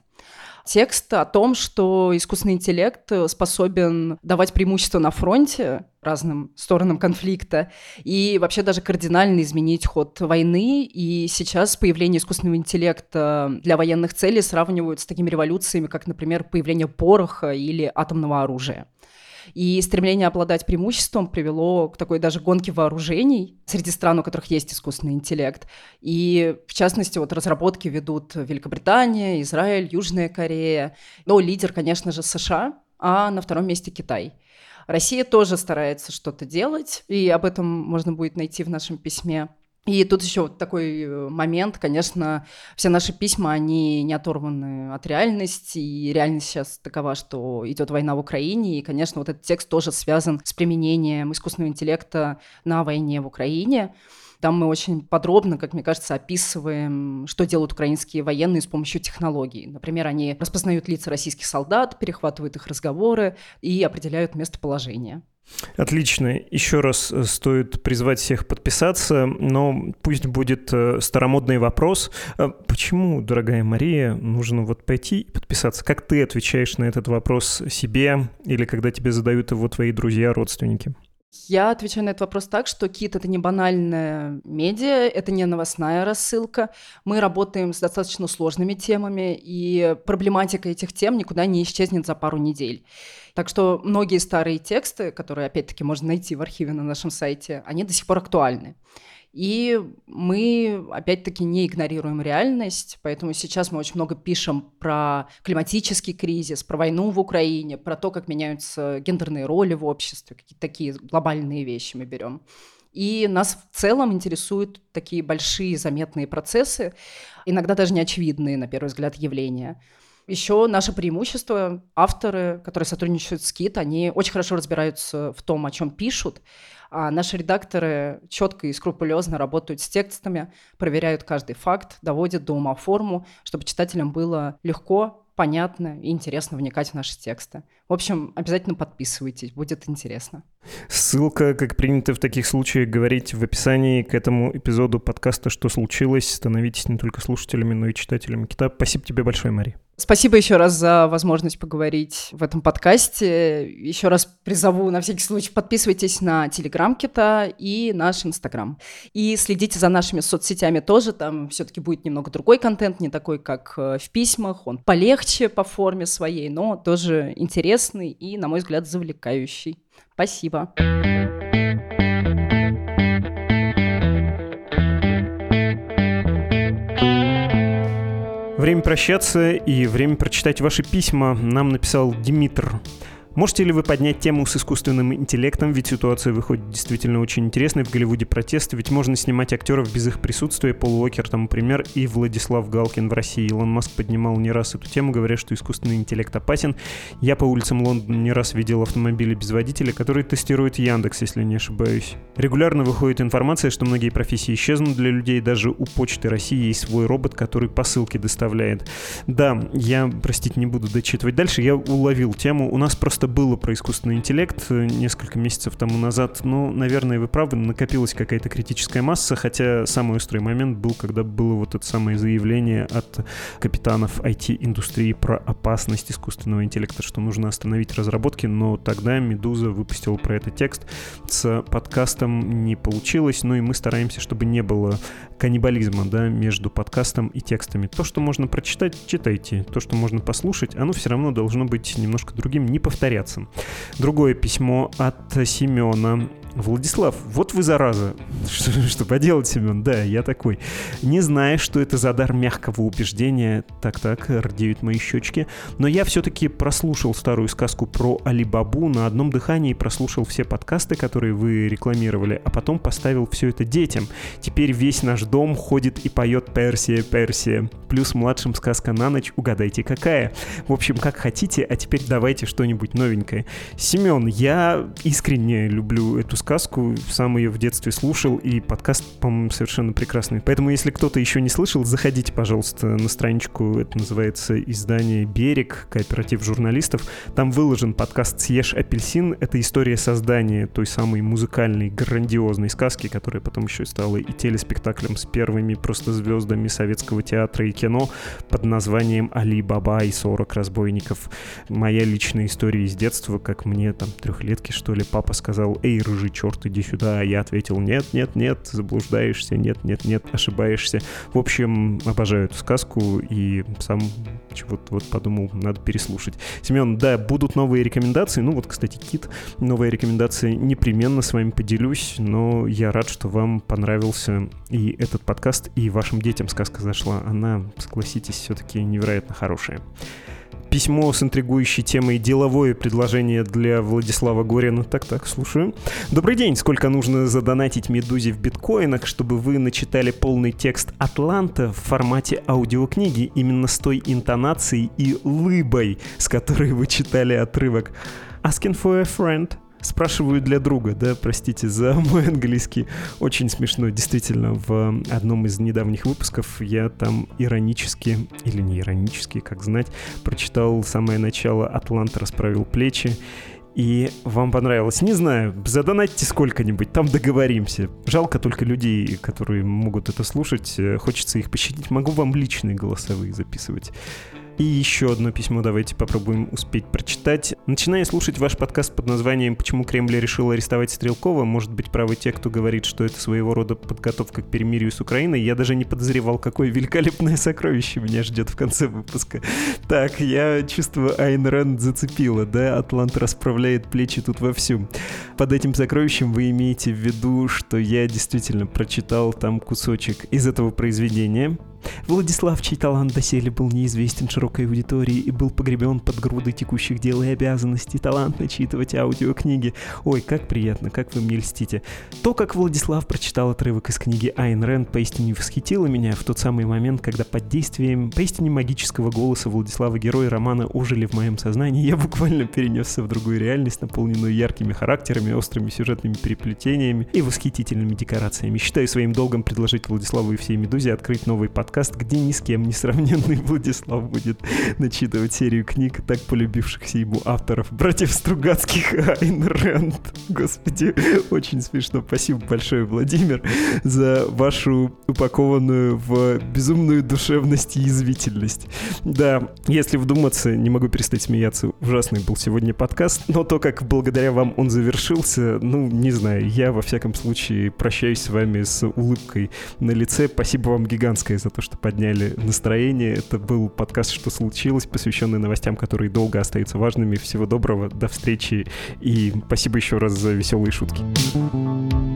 Текст о том, что искусственный интеллект способен давать преимущество на фронте разным сторонам конфликта и вообще даже кардинально изменить ход войны. И сейчас появление искусственного интеллекта для военных целей сравнивают с такими революциями, как, например, появление пороха или атомного оружия. И стремление обладать преимуществом привело к такой даже гонке вооружений среди стран, у которых есть искусственный интеллект. И, в частности, вот разработки ведут Великобритания, Израиль, Южная Корея. Но лидер, конечно же, США, а на втором месте Китай. Россия тоже старается что-то делать, и об этом можно будет найти в нашем письме. И тут еще вот такой момент, конечно, все наши письма, они не оторваны от реальности, и реальность сейчас такова, что идет война в Украине, и, конечно, вот этот текст тоже связан с применением искусственного интеллекта на войне в Украине. Там мы очень подробно, как мне кажется, описываем, что делают украинские военные с помощью технологий. Например, они распознают лица российских солдат, перехватывают их разговоры и определяют местоположение. Отлично. Еще раз стоит призвать всех подписаться, но пусть будет старомодный вопрос. Почему, дорогая Мария, нужно вот пойти и подписаться? Как ты отвечаешь на этот вопрос себе или когда тебе задают его твои друзья, родственники? Я отвечаю на этот вопрос так, что Кит — это не банальная медиа, это не новостная рассылка. Мы работаем с достаточно сложными темами, и проблематика этих тем никуда не исчезнет за пару недель. Так что многие старые тексты, которые, опять-таки, можно найти в архиве на нашем сайте, они до сих пор актуальны. И мы, опять-таки, не игнорируем реальность, поэтому сейчас мы очень много пишем про климатический кризис, про войну в Украине, про то, как меняются гендерные роли в обществе, какие-то такие глобальные вещи мы берем. И нас в целом интересуют такие большие заметные процессы, иногда даже неочевидные, на первый взгляд, явления. Еще наше преимущество – авторы, которые сотрудничают с Кит, они очень хорошо разбираются в том, о чем пишут, а наши редакторы четко и скрупулезно работают с текстами, проверяют каждый факт, доводят до ума форму, чтобы читателям было легко, понятно и интересно вникать в наши тексты. В общем, обязательно подписывайтесь, будет интересно. Ссылка, как принято в таких случаях говорить, в описании к этому эпизоду подкаста «Что случилось?». Становитесь не только слушателями, но и читателями Кита. Спасибо тебе большое, Мария. Спасибо еще раз за возможность поговорить в этом подкасте. Еще раз призову, на всякий случай, подписывайтесь на Телеграм Кита и наш Инстаграм. И следите за нашими соцсетями тоже, там все-таки будет немного другой контент, не такой, как в письмах. Он полегче по форме своей, но тоже интересный и, на мой взгляд, завлекающий. Спасибо. Время прощаться и время прочитать ваши письма. Нам написал Димитр. Можете ли вы поднять тему с искусственным интеллектом, ведь ситуация выходит действительно очень интересной. В Голливуде протесты, ведь можно снимать актеров без их присутствия. Пол Уокер тому пример, и Владислав Галкин в России. Илон Маск поднимал не раз эту тему, говоря, что искусственный интеллект опасен. Я по улицам Лондона не раз видел автомобили без водителя, которые тестирует Яндекс, если не ошибаюсь. Регулярно выходит информация, что многие профессии исчезнут для людей. Даже у Почты России есть свой робот, который посылки доставляет. Да, я, простите, не буду дочитывать дальше. Я уловил тему. У нас просто было про искусственный интеллект несколько месяцев тому назад, но, наверное, вы правы, накопилась какая-то критическая масса, хотя самый острый момент был, когда было вот это самое заявление от капитанов ай ти-индустрии про опасность искусственного интеллекта, что нужно остановить разработки, но тогда «Медуза» выпустила про это текст. С подкастом не получилось, но и мы стараемся, чтобы не было каннибализма, да, между подкастом и текстами. То, что можно прочитать, читайте. То, что можно послушать, оно все равно должно быть немножко другим, не повторяться. Другое письмо от Семена. Владислав, вот вы зараза. Что, что поделать, Семен? Да, я такой. Не знаю, что это за дар мягкого убеждения. Так-так, рдеют мои щечки. Но я все-таки прослушал старую сказку про Али-Бабу на одном дыхании, прослушал все подкасты, которые вы рекламировали, а потом поставил все это детям. Теперь весь наш дом ходит и поет «Персия, Персия». Плюс младшим сказка на ночь, угадайте какая. В общем, как хотите, а теперь давайте что-нибудь новенькое. Семен, я искренне люблю эту сказку, сам ее в детстве слушал, и подкаст, по-моему, совершенно прекрасный. Поэтому, если кто-то еще не слышал, заходите, пожалуйста, на страничку, это называется издание «Берег», кооператив журналистов. Там выложен подкаст «Съешь апельсин». Это история создания той самой музыкальной, грандиозной сказки, которая потом еще стала и телеспектаклем с первыми просто звездами советского театра и кино под названием «Али-Баба и сорок разбойников». Моя личная история из детства, как мне там трехлетки, что ли, папа сказал: «Эй, рыжий черт, иди сюда», а я ответил: нет, нет, нет, заблуждаешься, нет, нет, нет, ошибаешься. В общем, обожаю эту сказку и сам чего-то вот подумал, надо переслушать. Семен, да, будут новые рекомендации. Ну вот, кстати, Кит, новые рекомендации непременно с вами поделюсь, но я рад, что вам понравился и этот подкаст, и вашим детям сказка зашла. Она, согласитесь, все-таки невероятно хорошая. Письмо с интригующей темой «Деловое предложение для Владислава Горина». Так-так, слушаю. Добрый день. Сколько нужно задонатить «Медузе» в биткоинах, чтобы вы начитали полный текст «Атланта» в формате аудиокниги именно с той интонацией и лыбой, с которой вы читали отрывок? Asking for a friend. Спрашиваю для друга, да, простите за мой английский. Очень смешно, действительно, в одном из недавних выпусков я там иронически, или не иронически, как знать, прочитал самое начало «Атлант расправил плечи». И вам понравилось. Не знаю, задонатьте сколько-нибудь, там договоримся. Жалко только людей, которые могут это слушать. Хочется их пощадить. Могу вам личные голосовые записывать. И еще одно письмо давайте попробуем успеть прочитать. Начиная слушать ваш подкаст под названием «Почему Кремль решил арестовать Стрелкова», может быть, правы те, кто говорит, что это своего рода подготовка к перемирию с Украиной. Я даже не подозревал, какое великолепное сокровище меня ждет в конце выпуска. Так, я чувствую, Айн Рэнд зацепила, да? Атлант расправляет плечи тут вовсю. Под этим сокровищем вы имеете в виду, что я действительно прочитал там кусочек из этого произведения. Владислав, чей талант доселе был неизвестен широкой аудитории и был погребен под грудой текущих дел и обязанностей, талант начитывать аудиокниги. Ой, как приятно, как вы мне льстите. То, как Владислав прочитал отрывок из книги Айн Рэнд, поистине восхитило меня в тот самый момент, когда под действием поистине магического голоса Владислава герои романа ожили в моем сознании. Я буквально перенесся в другую реальность, наполненную яркими характерами, острыми сюжетными переплетениями и восхитительными декорациями. Считаю своим долгом предложить Владиславу и всей «Медузе» открыть новый подкаст, где ни с кем не сравненный Владислав будет начитывать серию книг, так полюбившихся ему авторов братьев Стругацких и Айн Рэнд. Господи, очень смешно. Спасибо большое, Владимир, за вашу упакованную в безумную душевность и язвительность. Да, если вдуматься, не могу перестать смеяться. Ужасный был сегодня подкаст, но то, как благодаря вам он завершился, ну, не знаю, я во всяком случае прощаюсь с вами с улыбкой на лице. Спасибо вам гигантское за то, что подняли настроение. Это был подкаст «Что случилось?», посвященный новостям, которые долго остаются важными. Всего доброго, до встречи и спасибо еще раз за веселые шутки.